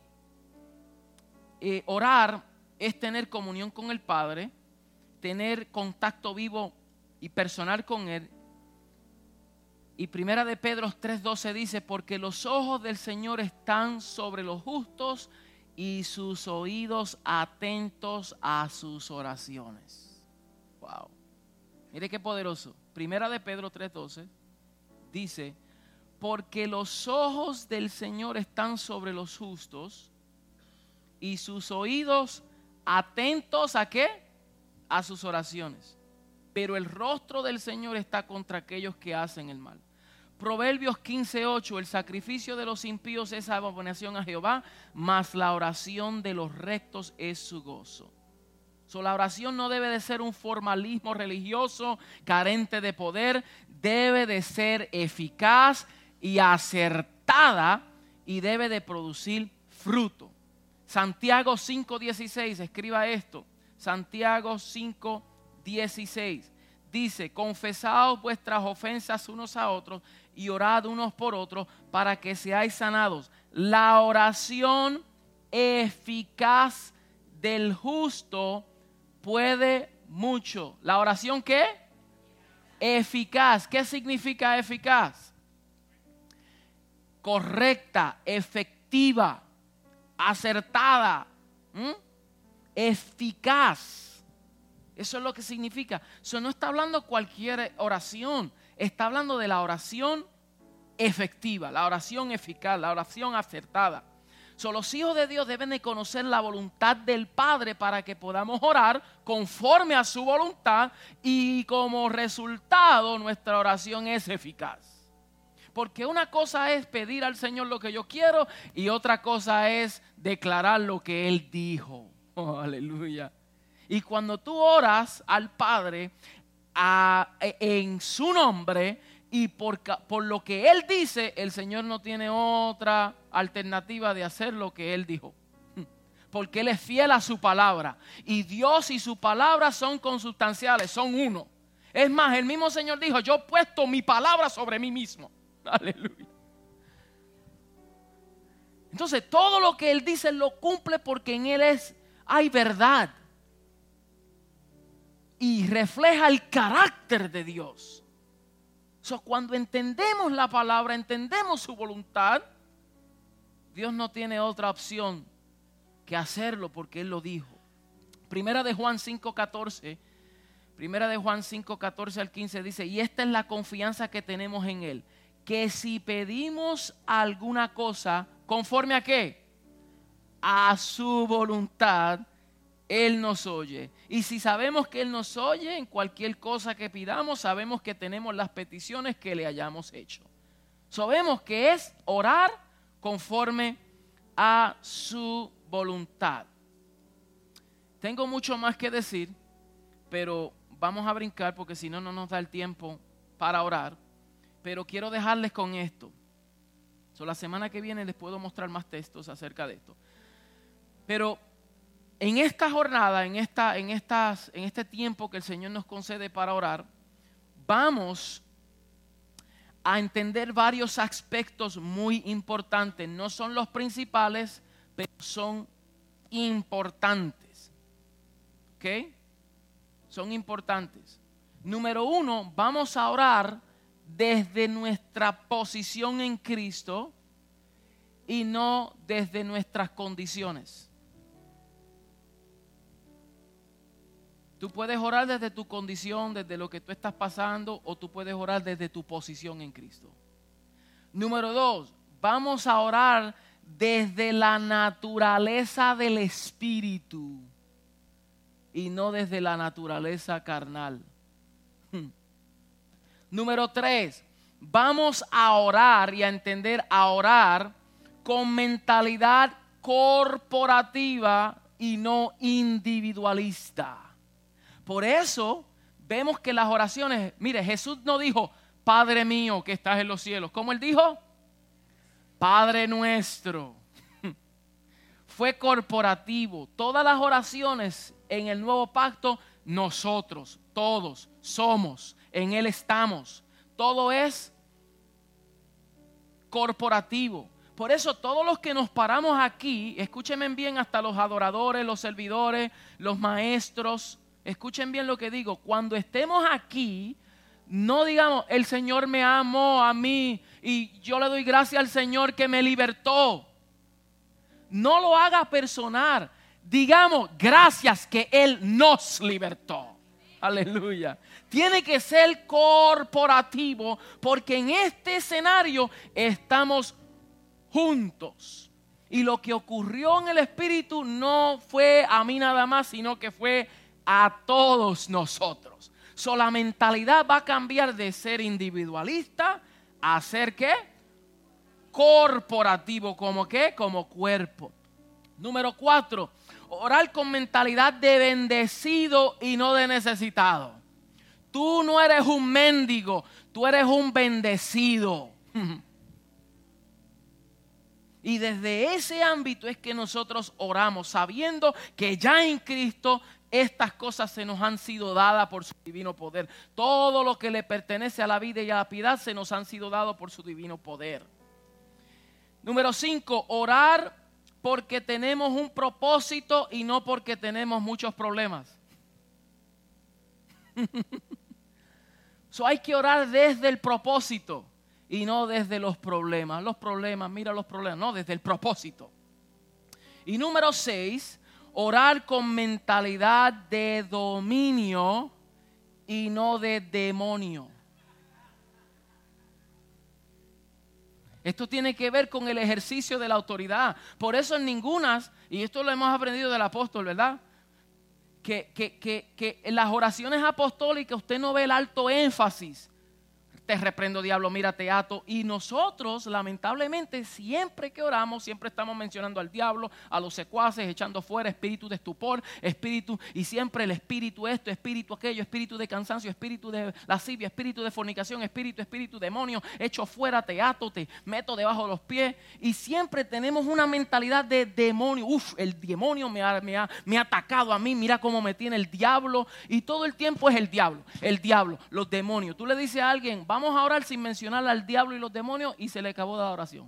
orar es tener comunión con el Padre, tener contacto vivo y personal con Él. Y primera de Pedro 3:12 dice, porque los ojos del Señor están sobre los justos y sus oídos atentos a sus oraciones. Wow. Mire qué poderoso. Primera de Pedro 3:12 dice, porque los ojos del Señor están sobre los justos y sus oídos atentos ¿a qué? A sus oraciones. Pero el rostro del Señor está contra aquellos que hacen el mal. Proverbios 15:8, el sacrificio de los impíos es abominación a Jehová, mas la oración de los rectos es su gozo. La oración no debe de ser un formalismo religioso carente de poder, debe de ser eficaz y acertada y debe de producir fruto. Santiago 5:16, escriba esto. Santiago 5:16 dice, confesaos vuestras ofensas unos a otros y orad unos por otros para que seáis sanados. La oración eficaz del justo puede mucho. ¿La oración qué? Eficaz. ¿Qué significa eficaz? Correcta, efectiva, acertada, eficaz. Eso es lo que significa. Eso no está hablando cualquier oración, está hablando de la oración efectiva, la oración eficaz, la oración acertada. Los hijos de Dios deben de conocer la voluntad del Padre para que podamos orar conforme a su voluntad y como resultado nuestra oración es eficaz. Porque una cosa es pedir al Señor lo que yo quiero y otra cosa es declarar lo que Él dijo. Oh, aleluya. Y cuando tú oras al Padre en su nombre y por lo que Él dice, el Señor no tiene otra alternativa de hacer lo que Él dijo. Porque Él es fiel a su palabra. Y Dios y su palabra son consustanciales, son uno. Es más, el mismo Señor dijo, yo he puesto mi palabra sobre mí mismo. Aleluya. Entonces todo lo que Él dice lo cumple porque en Él hay verdad. Y refleja el carácter de Dios. Cuando entendemos la palabra, entendemos su voluntad, Dios no tiene otra opción que hacerlo porque Él lo dijo. Primera de Juan 5:14, Primera de Juan 5:14 al 15 dice, y esta es la confianza que tenemos en Él, que si pedimos alguna cosa, ¿conforme a qué? A su voluntad, Él nos oye. Y si sabemos que Él nos oye en cualquier cosa que pidamos, sabemos que tenemos las peticiones que le hayamos hecho. Sabemos que es orar conforme a su voluntad. Tengo mucho más que decir, pero vamos a brincar porque si no, no nos da el tiempo para orar. Pero quiero dejarles con esto. La semana que viene les puedo mostrar más textos acerca de esto. Pero en esta jornada, en este tiempo que el Señor nos concede para orar, vamos a entender varios aspectos muy importantes. No son los principales, pero son importantes. ¿Ok? Son importantes. Número 1, vamos a orar desde nuestra posición en Cristo y no desde nuestras condiciones. Tú puedes orar desde tu condición, desde lo que tú estás pasando, o tú puedes orar desde tu posición en Cristo. Número 2, vamos a orar desde la naturaleza del Espíritu y no desde la naturaleza carnal. Número 3, vamos a orar y a entender a orar con mentalidad corporativa y no individualista. Por eso vemos que las oraciones, mire, Jesús no dijo, Padre mío que estás en los cielos. ¿Cómo él dijo? Padre nuestro. Fue corporativo. Todas las oraciones en el nuevo pacto, nosotros, todos somos, en él estamos. Todo es corporativo. Por eso todos los que nos paramos aquí, escúchenme bien, hasta los adoradores, los servidores, los maestros, escuchen bien lo que digo. Cuando estemos aquí, no digamos, el Señor me amó a mí y yo le doy gracias al Señor que me libertó. No lo haga personal. Digamos, gracias que Él nos libertó. Aleluya. Tiene que ser corporativo porque en este escenario estamos juntos. Y lo que ocurrió en el Espíritu no fue a mí nada más, sino que fue a todos nosotros. So, la mentalidad va a cambiar de ser individualista a ser ¿qué? Corporativo. ¿Como qué? Como cuerpo. Número 4, orar con mentalidad de bendecido y no de necesitado. Tú no eres un mendigo, tú eres un bendecido. Y desde ese ámbito es que nosotros oramos, sabiendo que ya en Cristo estas cosas se nos han sido dadas por su divino poder. Todo lo que le pertenece a la vida y a la piedad se nos han sido dados por su divino poder. Número 5, orar porque tenemos un propósito y no porque tenemos muchos problemas. Hay que orar desde el propósito y no desde los problemas. Los problemas, mira los problemas, no, desde el propósito. Y número 6, orar con mentalidad de dominio y no de demonio. Esto tiene que ver con el ejercicio de la autoridad. Por eso en ningunas, y esto lo hemos aprendido del apóstol, ¿verdad? Que en las oraciones apostólicas usted no ve el alto énfasis. Te reprendo, diablo, mira, te ato. Y nosotros, lamentablemente, siempre que oramos, siempre estamos mencionando al diablo, a los secuaces, echando fuera espíritu de estupor, espíritu, y siempre el espíritu esto, espíritu aquello, espíritu de cansancio, espíritu de lascivia, espíritu de fornicación, espíritu demonio, echo fuera, te ato, te meto debajo de los pies. Y siempre tenemos una mentalidad de demonio. El demonio me ha atacado a mí, mira cómo me tiene el diablo. Y todo el tiempo es el diablo, los demonios. Tú le dices a alguien, vamos a orar sin mencionar al diablo y los demonios y se le acabó la oración.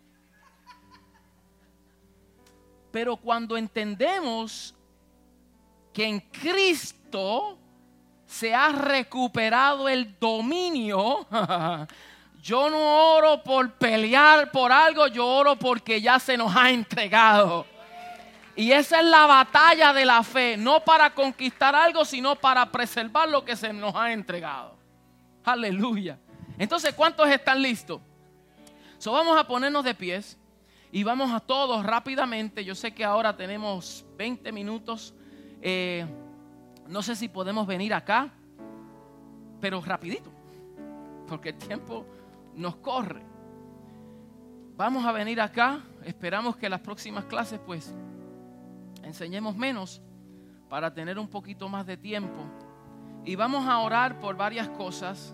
Pero cuando entendemos que en Cristo se ha recuperado el dominio, yo no oro por pelear por algo, yo oro porque ya se nos ha entregado. Y esa es la batalla de la fe, no para conquistar algo, sino para preservar lo que se nos ha entregado. Aleluya. Entonces, ¿cuántos están listos? Vamos a ponernos de pies y vamos a todos rápidamente. Yo sé que ahora tenemos 20 minutos. No sé si podemos venir acá, pero rapidito, porque el tiempo nos corre. Vamos a venir acá. Esperamos que las próximas clases pues enseñemos menos para tener un poquito más de tiempo. Y vamos a orar por varias cosas.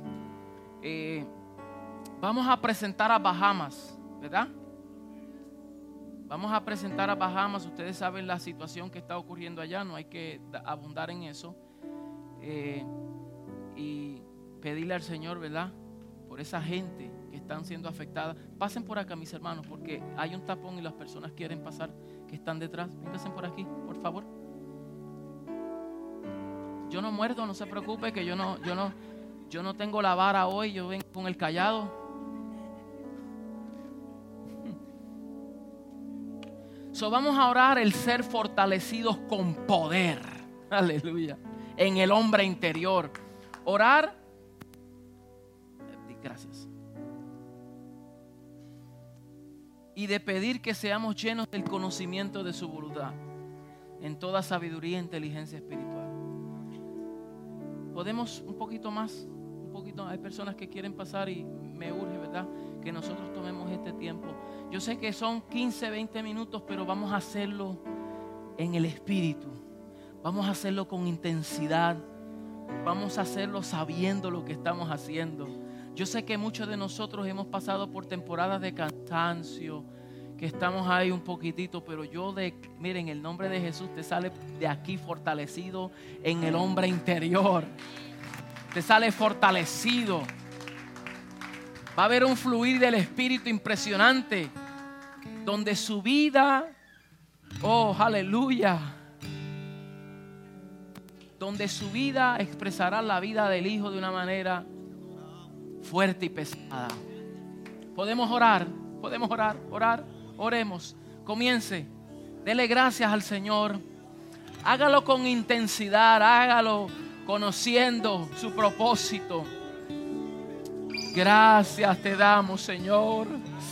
Vamos a presentar a Bahamas, ¿verdad? Vamos a presentar a Bahamas. Ustedes saben la situación que está ocurriendo allá. No hay que abundar en eso. Y pedirle al Señor, ¿verdad? Por esa gente que están siendo afectada. Pasen por acá, mis hermanos, porque hay un tapón y las personas quieren pasar que están detrás. Vénganse por aquí, por favor. Yo no muerdo, no se preocupe, que yo no tengo la vara hoy, yo vengo con el cayado. Vamos a orar el ser fortalecidos con poder. Aleluya. En el hombre interior. Orar. Gracias. Y de pedir que seamos llenos del conocimiento de su voluntad, en toda sabiduría e inteligencia espiritual. ¿Podemos un poquito más? Un poquito. Hay personas que quieren pasar y me urge, ¿verdad?, que nosotros tomemos este tiempo. Yo sé que son 15, 20 minutos, pero vamos a hacerlo en el Espíritu. Vamos a hacerlo con intensidad. Vamos a hacerlo sabiendo lo que estamos haciendo. Yo sé que muchos de nosotros hemos pasado por temporadas de cansancio, que estamos ahí un poquitito, pero miren, en el nombre de Jesús te sale de aquí fortalecido en el hombre interior. Te sale fortalecido. Va a haber un fluir del Espíritu impresionante, donde su vida, oh, aleluya, donde su vida expresará la vida del Hijo de una manera fuerte y pesada. Podemos orar, oremos, comience, dele gracias al Señor, hágalo con intensidad, hágalo conociendo su propósito. Gracias te damos, Señor.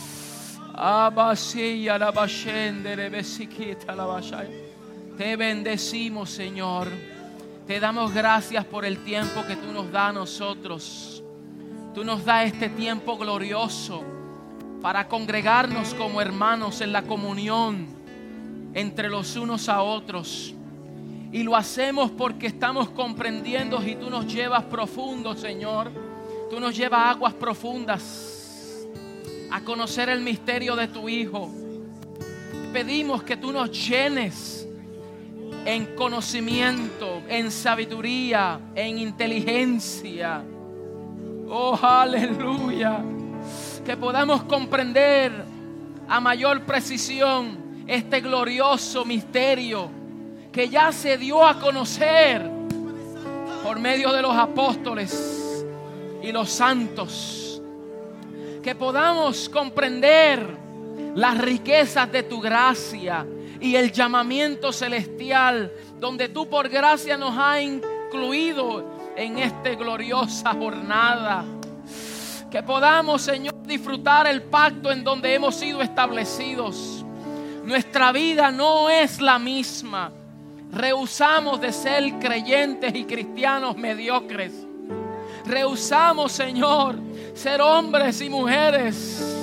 Te bendecimos, Señor. Te damos gracias por el tiempo que tú nos das a nosotros. Tú nos das este tiempo glorioso para congregarnos como hermanos en la comunión entre los unos a otros. Y lo hacemos porque estamos comprendiendo y tú nos llevas profundo, Señor. Tú nos llevas a aguas profundas a conocer el misterio de tu Hijo. Pedimos que tú nos llenes en conocimiento, en sabiduría, en inteligencia. Oh, aleluya. Que podamos comprender a mayor precisión este glorioso misterio que ya se dio a conocer por medio de los apóstoles y los santos. Que podamos comprender las riquezas de tu gracia y el llamamiento celestial, donde tú por gracia nos has incluido en esta gloriosa jornada. Que podamos, Señor, disfrutar el pacto en donde hemos sido establecidos. Nuestra vida no es la misma. Rehusamos de ser creyentes y cristianos mediocres. Rehusamos, Señor, ser hombres y mujeres,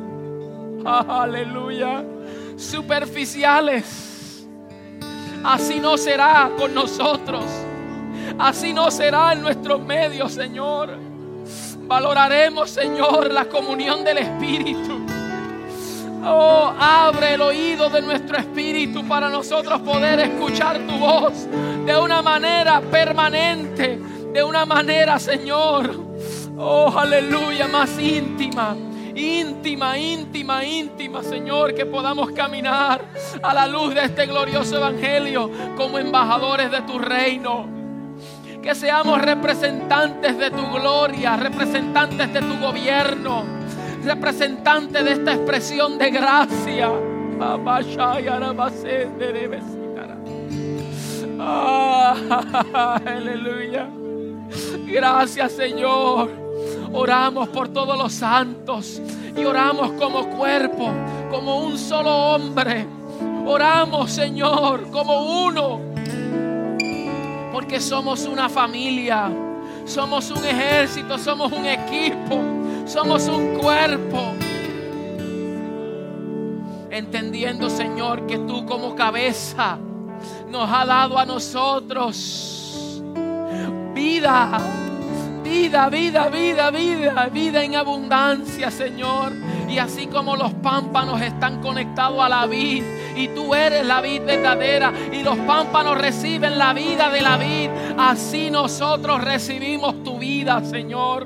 aleluya, superficiales. Así no será con nosotros. Así no será en nuestros medios, Señor. Valoraremos, Señor, la comunión del Espíritu. Oh, abre el oído de nuestro espíritu para nosotros poder escuchar tu voz de una manera permanente, de una manera, Señor, oh, aleluya, más íntima, Señor, que podamos caminar a la luz de este glorioso evangelio como embajadores de tu reino. Que seamos representantes de tu gloria, representantes de tu gobierno, representantes de esta expresión de gracia. Aleluya. Gracias, Señor. Oramos por todos los santos y oramos como cuerpo, como un solo hombre. Oramos, Señor, como uno, porque somos una familia, somos un ejército, somos un equipo, somos un cuerpo. Entendiendo, Señor, que tú como cabeza nos has dado a nosotros vida en abundancia, Señor. Y así como los pámpanos están conectados a la vid, y tú eres la vid verdadera, y los pámpanos reciben la vida de la vid, así nosotros recibimos tu vida, Señor.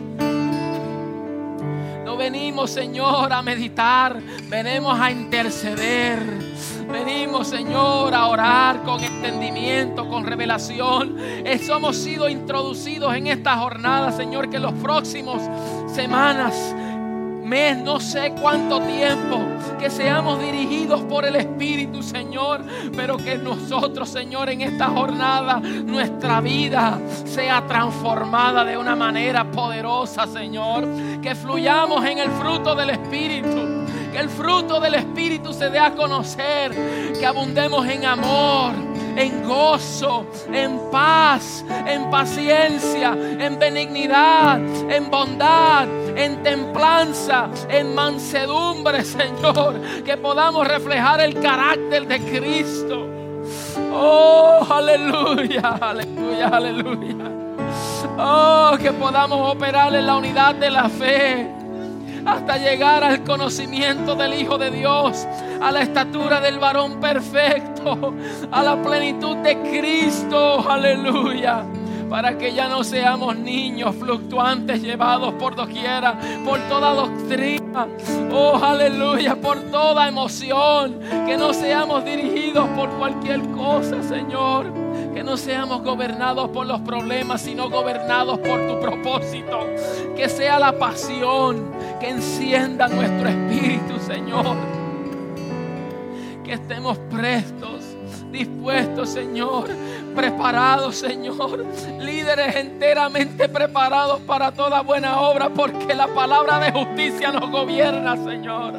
No venimos, Señor, a meditar, venimos a interceder. Venimos, Señor, a orar con entendimiento, con revelación. Hemos sido introducidos en esta jornada, Señor, que en los próximos semanas, mes, no sé cuánto tiempo, que seamos dirigidos por el Espíritu, Señor, pero que nosotros, Señor, en esta jornada, nuestra vida sea transformada de una manera poderosa, Señor. Que fluyamos en el fruto del Espíritu. Que el fruto del Espíritu se dé a conocer, que abundemos en amor, en gozo, en paz, en paciencia, en benignidad, en bondad, en templanza, en mansedumbre, Señor, que podamos reflejar el carácter de Cristo. Oh, aleluya, aleluya, aleluya. Oh, que podamos operar en la unidad de la fe hasta llegar al conocimiento del Hijo de Dios, a la estatura del varón perfecto, a la plenitud de Cristo, aleluya, para que ya no seamos niños fluctuantes llevados por doquiera, por toda doctrina, oh aleluya, por toda emoción, que no seamos dirigidos por cualquier cosa, Señor, que no seamos gobernados por los problemas, sino gobernados por tu propósito, que sea la pasión que encienda nuestro espíritu, Señor, que estemos prestos, dispuestos, Señor, preparados, Señor, líderes enteramente preparados para toda buena obra, porque la palabra de justicia nos gobierna, Señor.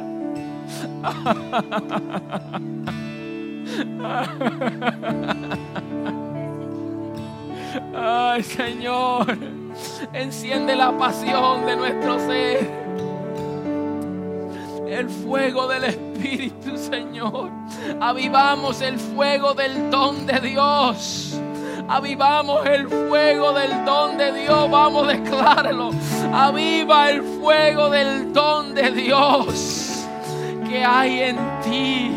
Ay, Señor, enciende la pasión de nuestro ser, el fuego del Espíritu, Señor. Avivamos el fuego del don de Dios. Avivamos el fuego del don de Dios. Vamos, decláralo. Aviva el fuego del don de Dios que hay en ti.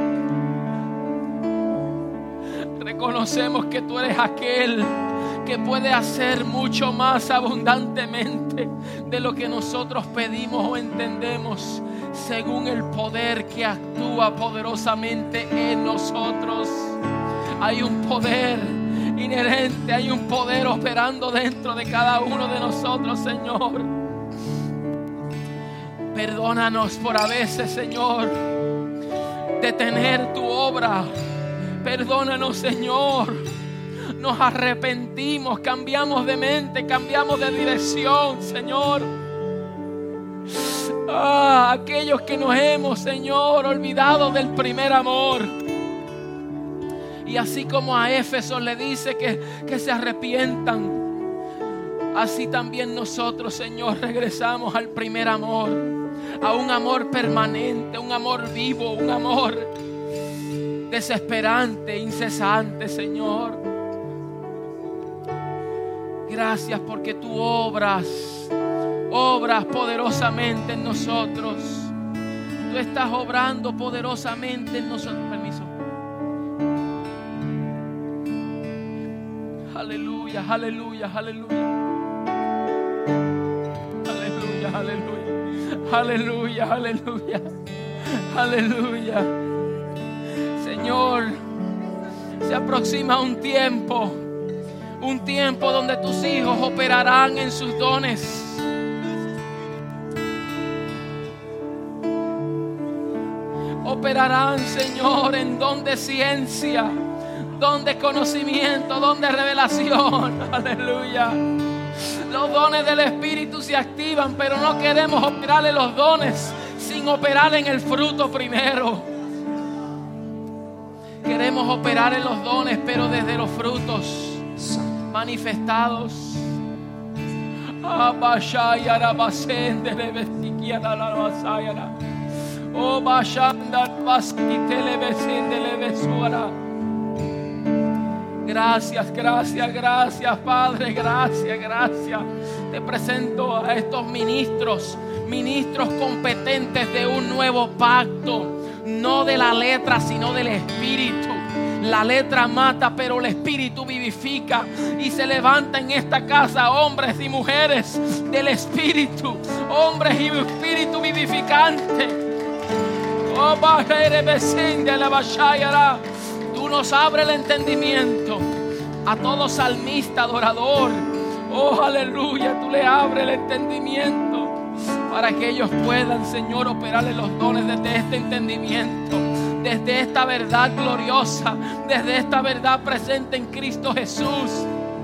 Reconocemos que tú eres aquel que puede hacer mucho más abundantemente de lo que nosotros pedimos o entendemos, según el poder que actúa poderosamente en nosotros. Hay un poder inherente, hay un poder operando dentro de cada uno de nosotros, Señor. Perdónanos por a veces, Señor, detener tu obra. Perdónanos, Señor. Nos arrepentimos, cambiamos de mente, cambiamos de dirección, Señor. Aquellos que nos hemos, Señor, olvidado del primer amor. Y así como a Éfeso le dice que se arrepientan, así también nosotros, Señor, regresamos al primer amor, a un amor permanente, un amor vivo, un amor desesperante, incesante, Señor. Gracias porque tú obras poderosamente en nosotros. Tú estás obrando poderosamente en nosotros. Permiso. Aleluya, aleluya, aleluya. Aleluya, aleluya. Aleluya, aleluya. Aleluya. Señor, se aproxima un tiempo donde tus hijos operarán en sus dones. Operarán, Señor, en don de ciencia, don de conocimiento, don de revelación. Aleluya. Los dones del Espíritu se activan, pero no queremos operar en los dones sin operar en el fruto primero. Queremos operar en los dones, pero desde los frutos manifestados. Gracias, gracias, gracias, Padre, gracias. Te presento a estos ministros competentes de un nuevo pacto, no de la letra, sino del Espíritu. La letra mata, pero el Espíritu vivifica. Y se levanta en esta casa hombres y mujeres del Espíritu, hombres y Espíritu vivificante. Tú nos abres el entendimiento a todo salmista, adorador. Oh, aleluya, tú le abres el entendimiento para que ellos puedan, Señor, operarle los dones desde este entendimiento, desde esta verdad gloriosa, desde esta verdad presente en Cristo Jesús.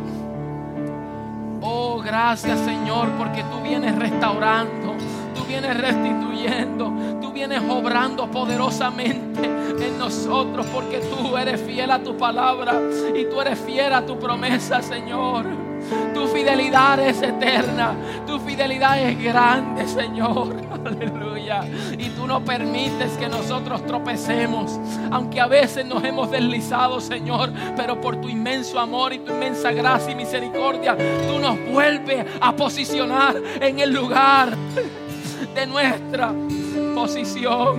Oh, gracias, Señor, porque tú vienes restaurando, tú vienes restituyendo, tú vienes obrando poderosamente en nosotros, porque tú eres fiel a tu palabra y tú eres fiel a tu promesa, Señor. Tu fidelidad es eterna, tu fidelidad es grande, Señor. Aleluya. Y tú no permites que nosotros tropecemos, aunque a veces nos hemos deslizado, Señor, pero por tu inmenso amor y tu inmensa gracia y misericordia, tú nos vuelves a posicionar en el lugar de nuestra posición.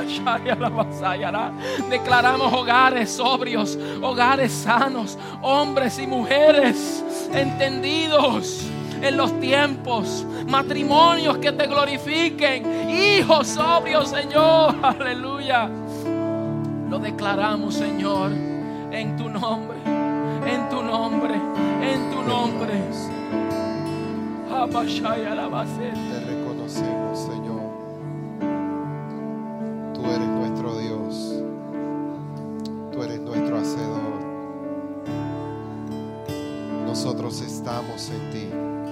Declaramos hogares sobrios, hogares sanos, hombres y mujeres entendidos en los tiempos, matrimonios que te glorifiquen, hijos sobrios, Señor. Aleluya. Lo declaramos, Señor, en tu nombre, en tu nombre, en tu nombre. Te reconocemos, Señor. Tú eres nuestro Dios. Tú eres nuestro Hacedor. Nosotros estamos en ti.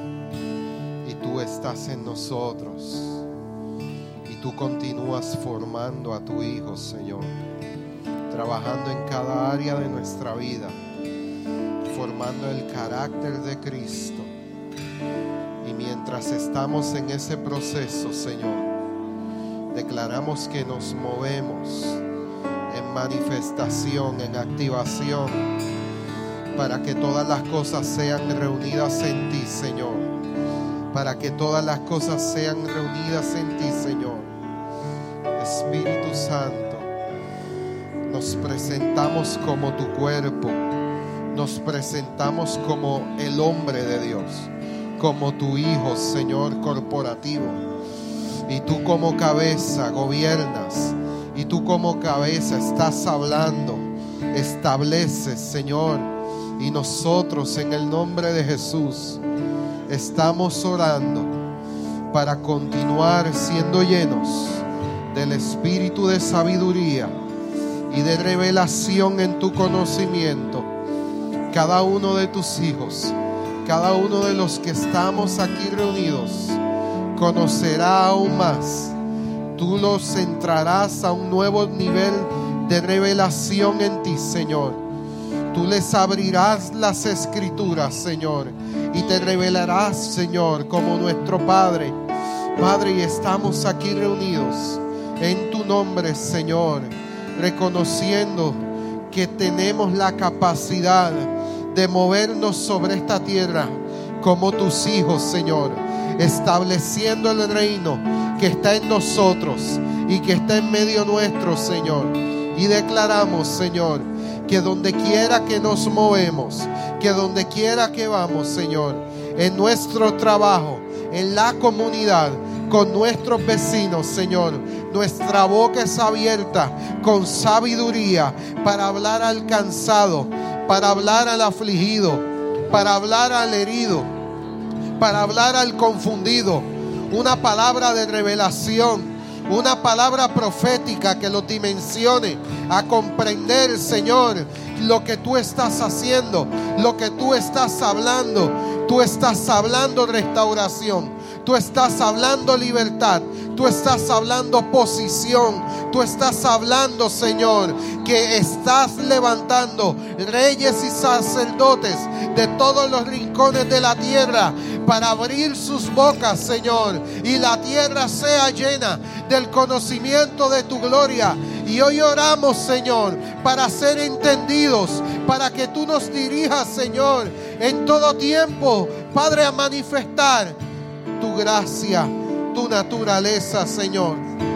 Y tú estás en nosotros. Y tú continúas formando a tu Hijo, Señor. Trabajando en cada área de nuestra vida. Formando el carácter de Cristo. Y mientras estamos en ese proceso, Señor, declaramos que nos movemos en manifestación, en activación, para que todas las cosas sean reunidas en ti, Señor. Para que todas las cosas sean reunidas en ti, Señor. Espíritu Santo, nos presentamos como tu cuerpo. Nos presentamos como el hombre de Dios, como tu Hijo, Señor, corporativo. Y tú como cabeza gobiernas. Y tú como cabeza estás hablando. Estableces, Señor. Y nosotros en el nombre de Jesús estamos orando para continuar siendo llenos del espíritu de sabiduría y de revelación en tu conocimiento. Cada uno de tus hijos, cada uno de los que estamos aquí reunidos, conocerá aún más. Tú los centrarás a un nuevo nivel de revelación en ti, Señor. Tú les abrirás las escrituras, Señor, y te revelarás, Señor, como nuestro Padre. Padre, y estamos aquí reunidos en tu nombre, Señor, reconociendo que tenemos la capacidad de movernos sobre esta tierra como tus hijos, Señor, estableciendo el reino que está en nosotros y que está en medio nuestro, Señor. Y declaramos, Señor, que donde quiera que nos movemos, que donde quiera que vamos, Señor, en nuestro trabajo, en la comunidad, con nuestros vecinos, Señor, nuestra boca es abierta con sabiduría para hablar al cansado, para hablar al afligido, para hablar al herido, para hablar al confundido. Una palabra de revelación, una palabra profética que los dimensione a comprender, Señor, lo que tú estás haciendo, lo que tú estás hablando. Tú estás hablando restauración, tú estás hablando libertad, tú estás hablando posición, tú estás hablando, Señor, que estás levantando reyes y sacerdotes de todos los rincones de la tierra para abrir sus bocas, Señor, y la tierra sea llena del conocimiento de tu gloria. Y hoy oramos, Señor, para ser entendidos, para que tú nos dirijas, Señor, en todo tiempo, Padre, a manifestar tu gracia, tu naturaleza, Señor.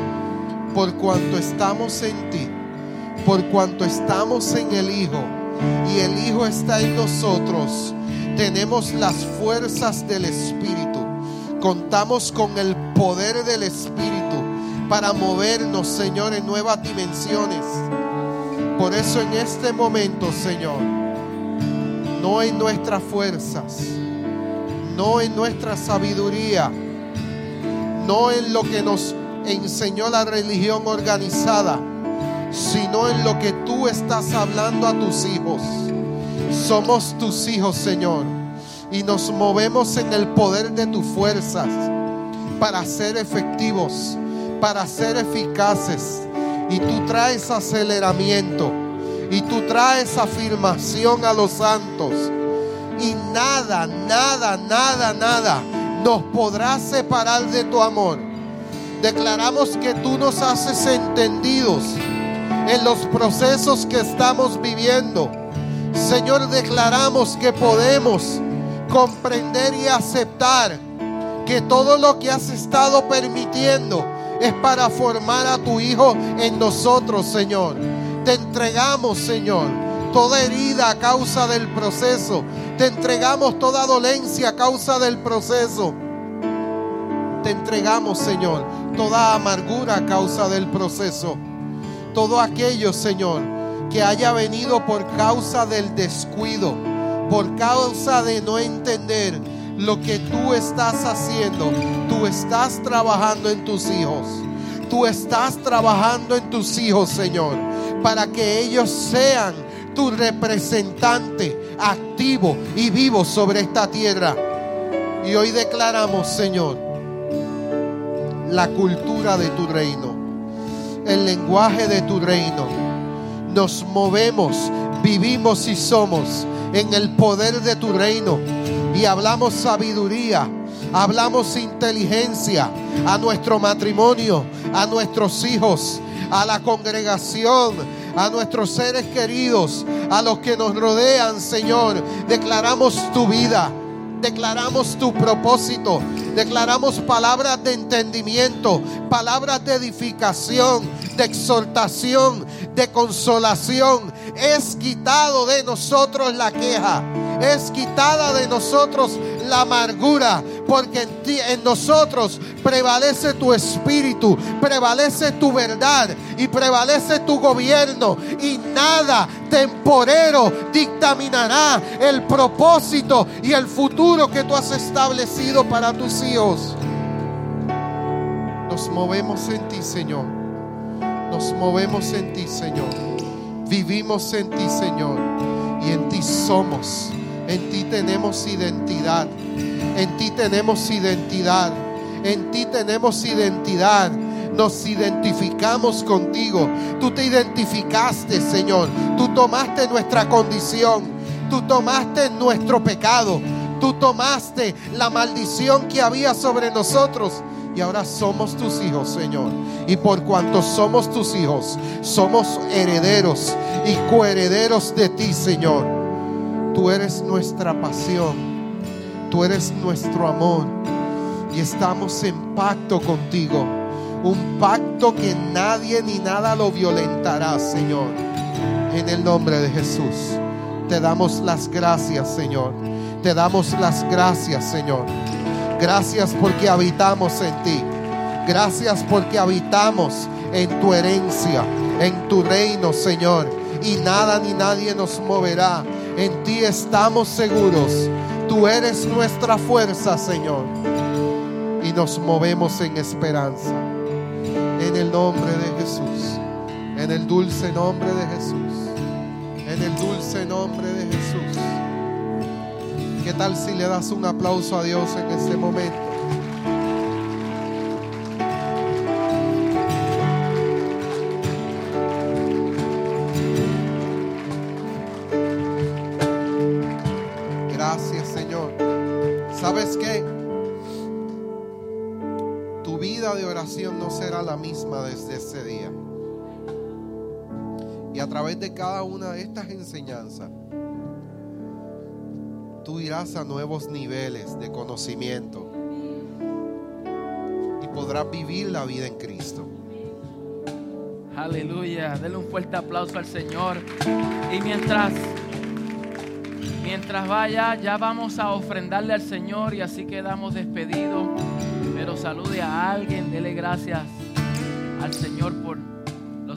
Por cuanto estamos en ti, por cuanto estamos en el Hijo, y el Hijo está en nosotros, tenemos las fuerzas del Espíritu, contamos con el poder del Espíritu para movernos, Señor, en nuevas dimensiones. Por eso en este momento, Señor, no en nuestras fuerzas, no en nuestra sabiduría, no en lo que nos enseñó la religión organizada, sino en lo que tú estás hablando a tus hijos. Somos tus hijos, Señor, y nos movemos en el poder de tus fuerzas para ser efectivos, para ser eficaces. Y tú traes aceleramiento. Y tú traes afirmación a los santos. Y nada, nada, nada, nada nos podrá separar de tu amor. Declaramos que tú nos haces entendidos en los procesos que estamos viviendo. Señor, declaramos que podemos comprender y aceptar que todo lo que has estado permitiendo es para formar a tu Hijo en nosotros, Señor. Te entregamos, Señor, toda herida a causa del proceso. Te entregamos toda dolencia a causa del proceso. Te entregamos, Señor, toda amargura a causa del proceso. Todo aquello, Señor, que haya venido por causa del descuido, por causa de no entender lo que tú estás haciendo. Tú estás trabajando en tus hijos. Tú estás trabajando en tus hijos, Señor, para que ellos sean tu representante activo y vivo sobre esta tierra. Y hoy declaramos, Señor, la cultura de tu reino, el lenguaje de tu reino. Nos movemos, vivimos y somos en el poder de tu reino. Y hablamos sabiduría, hablamos inteligencia a nuestro matrimonio, a nuestros hijos, a la congregación, a nuestros seres queridos, a los que nos rodean, Señor. Declaramos tu vida, declaramos tu propósito, declaramos palabras de entendimiento, palabras de edificación, de exhortación, de consolación. Es quitado de nosotros la queja, es quitada de nosotros la amargura, porque en nosotros prevalece tu espíritu, prevalece tu verdad y prevalece tu gobierno, y nada temporero dictaminará el propósito y el futuro que tú has establecido para tus hijos. Nos movemos en ti, Señor. Nos movemos en ti, Señor. Vivimos en ti, Señor, y en ti somos. En ti tenemos identidad. En ti tenemos identidad. En ti tenemos identidad. Nos identificamos contigo. Tú te identificaste, Señor. Tú tomaste nuestra condición. Tú tomaste nuestro pecado. Tú tomaste la maldición que había sobre nosotros. Y ahora somos tus hijos, Señor. Y por cuanto somos tus hijos, somos herederos y coherederos de ti, Señor. Tú eres nuestra pasión. Tú eres nuestro amor. Y estamos en pacto contigo. Un pacto que nadie ni nada lo violentará, Señor. En el nombre de Jesús. Te damos las gracias, Señor. Te damos las gracias, Señor. Gracias porque habitamos en ti. Gracias porque habitamos en tu herencia, en tu reino, Señor. Y nada ni nadie nos moverá. En ti estamos seguros. Tú eres nuestra fuerza, Señor. Y nos movemos en esperanza. En el nombre de Jesús. En el dulce nombre de Jesús. En el dulce nombre de Jesús. ¿Qué tal si le das un aplauso a Dios en este momento? Gracias, Señor. ¿Sabes qué? Tu vida de oración no será la misma desde ese día. Y a través de cada una de estas enseñanzas, tú irás a nuevos niveles de conocimiento y podrás vivir la vida en Cristo. Aleluya. Denle un fuerte aplauso al Señor. Y mientras vaya, ya vamos a ofrendarle al Señor, y así quedamos despedidos. Pero salude a alguien, dele gracias al Señor por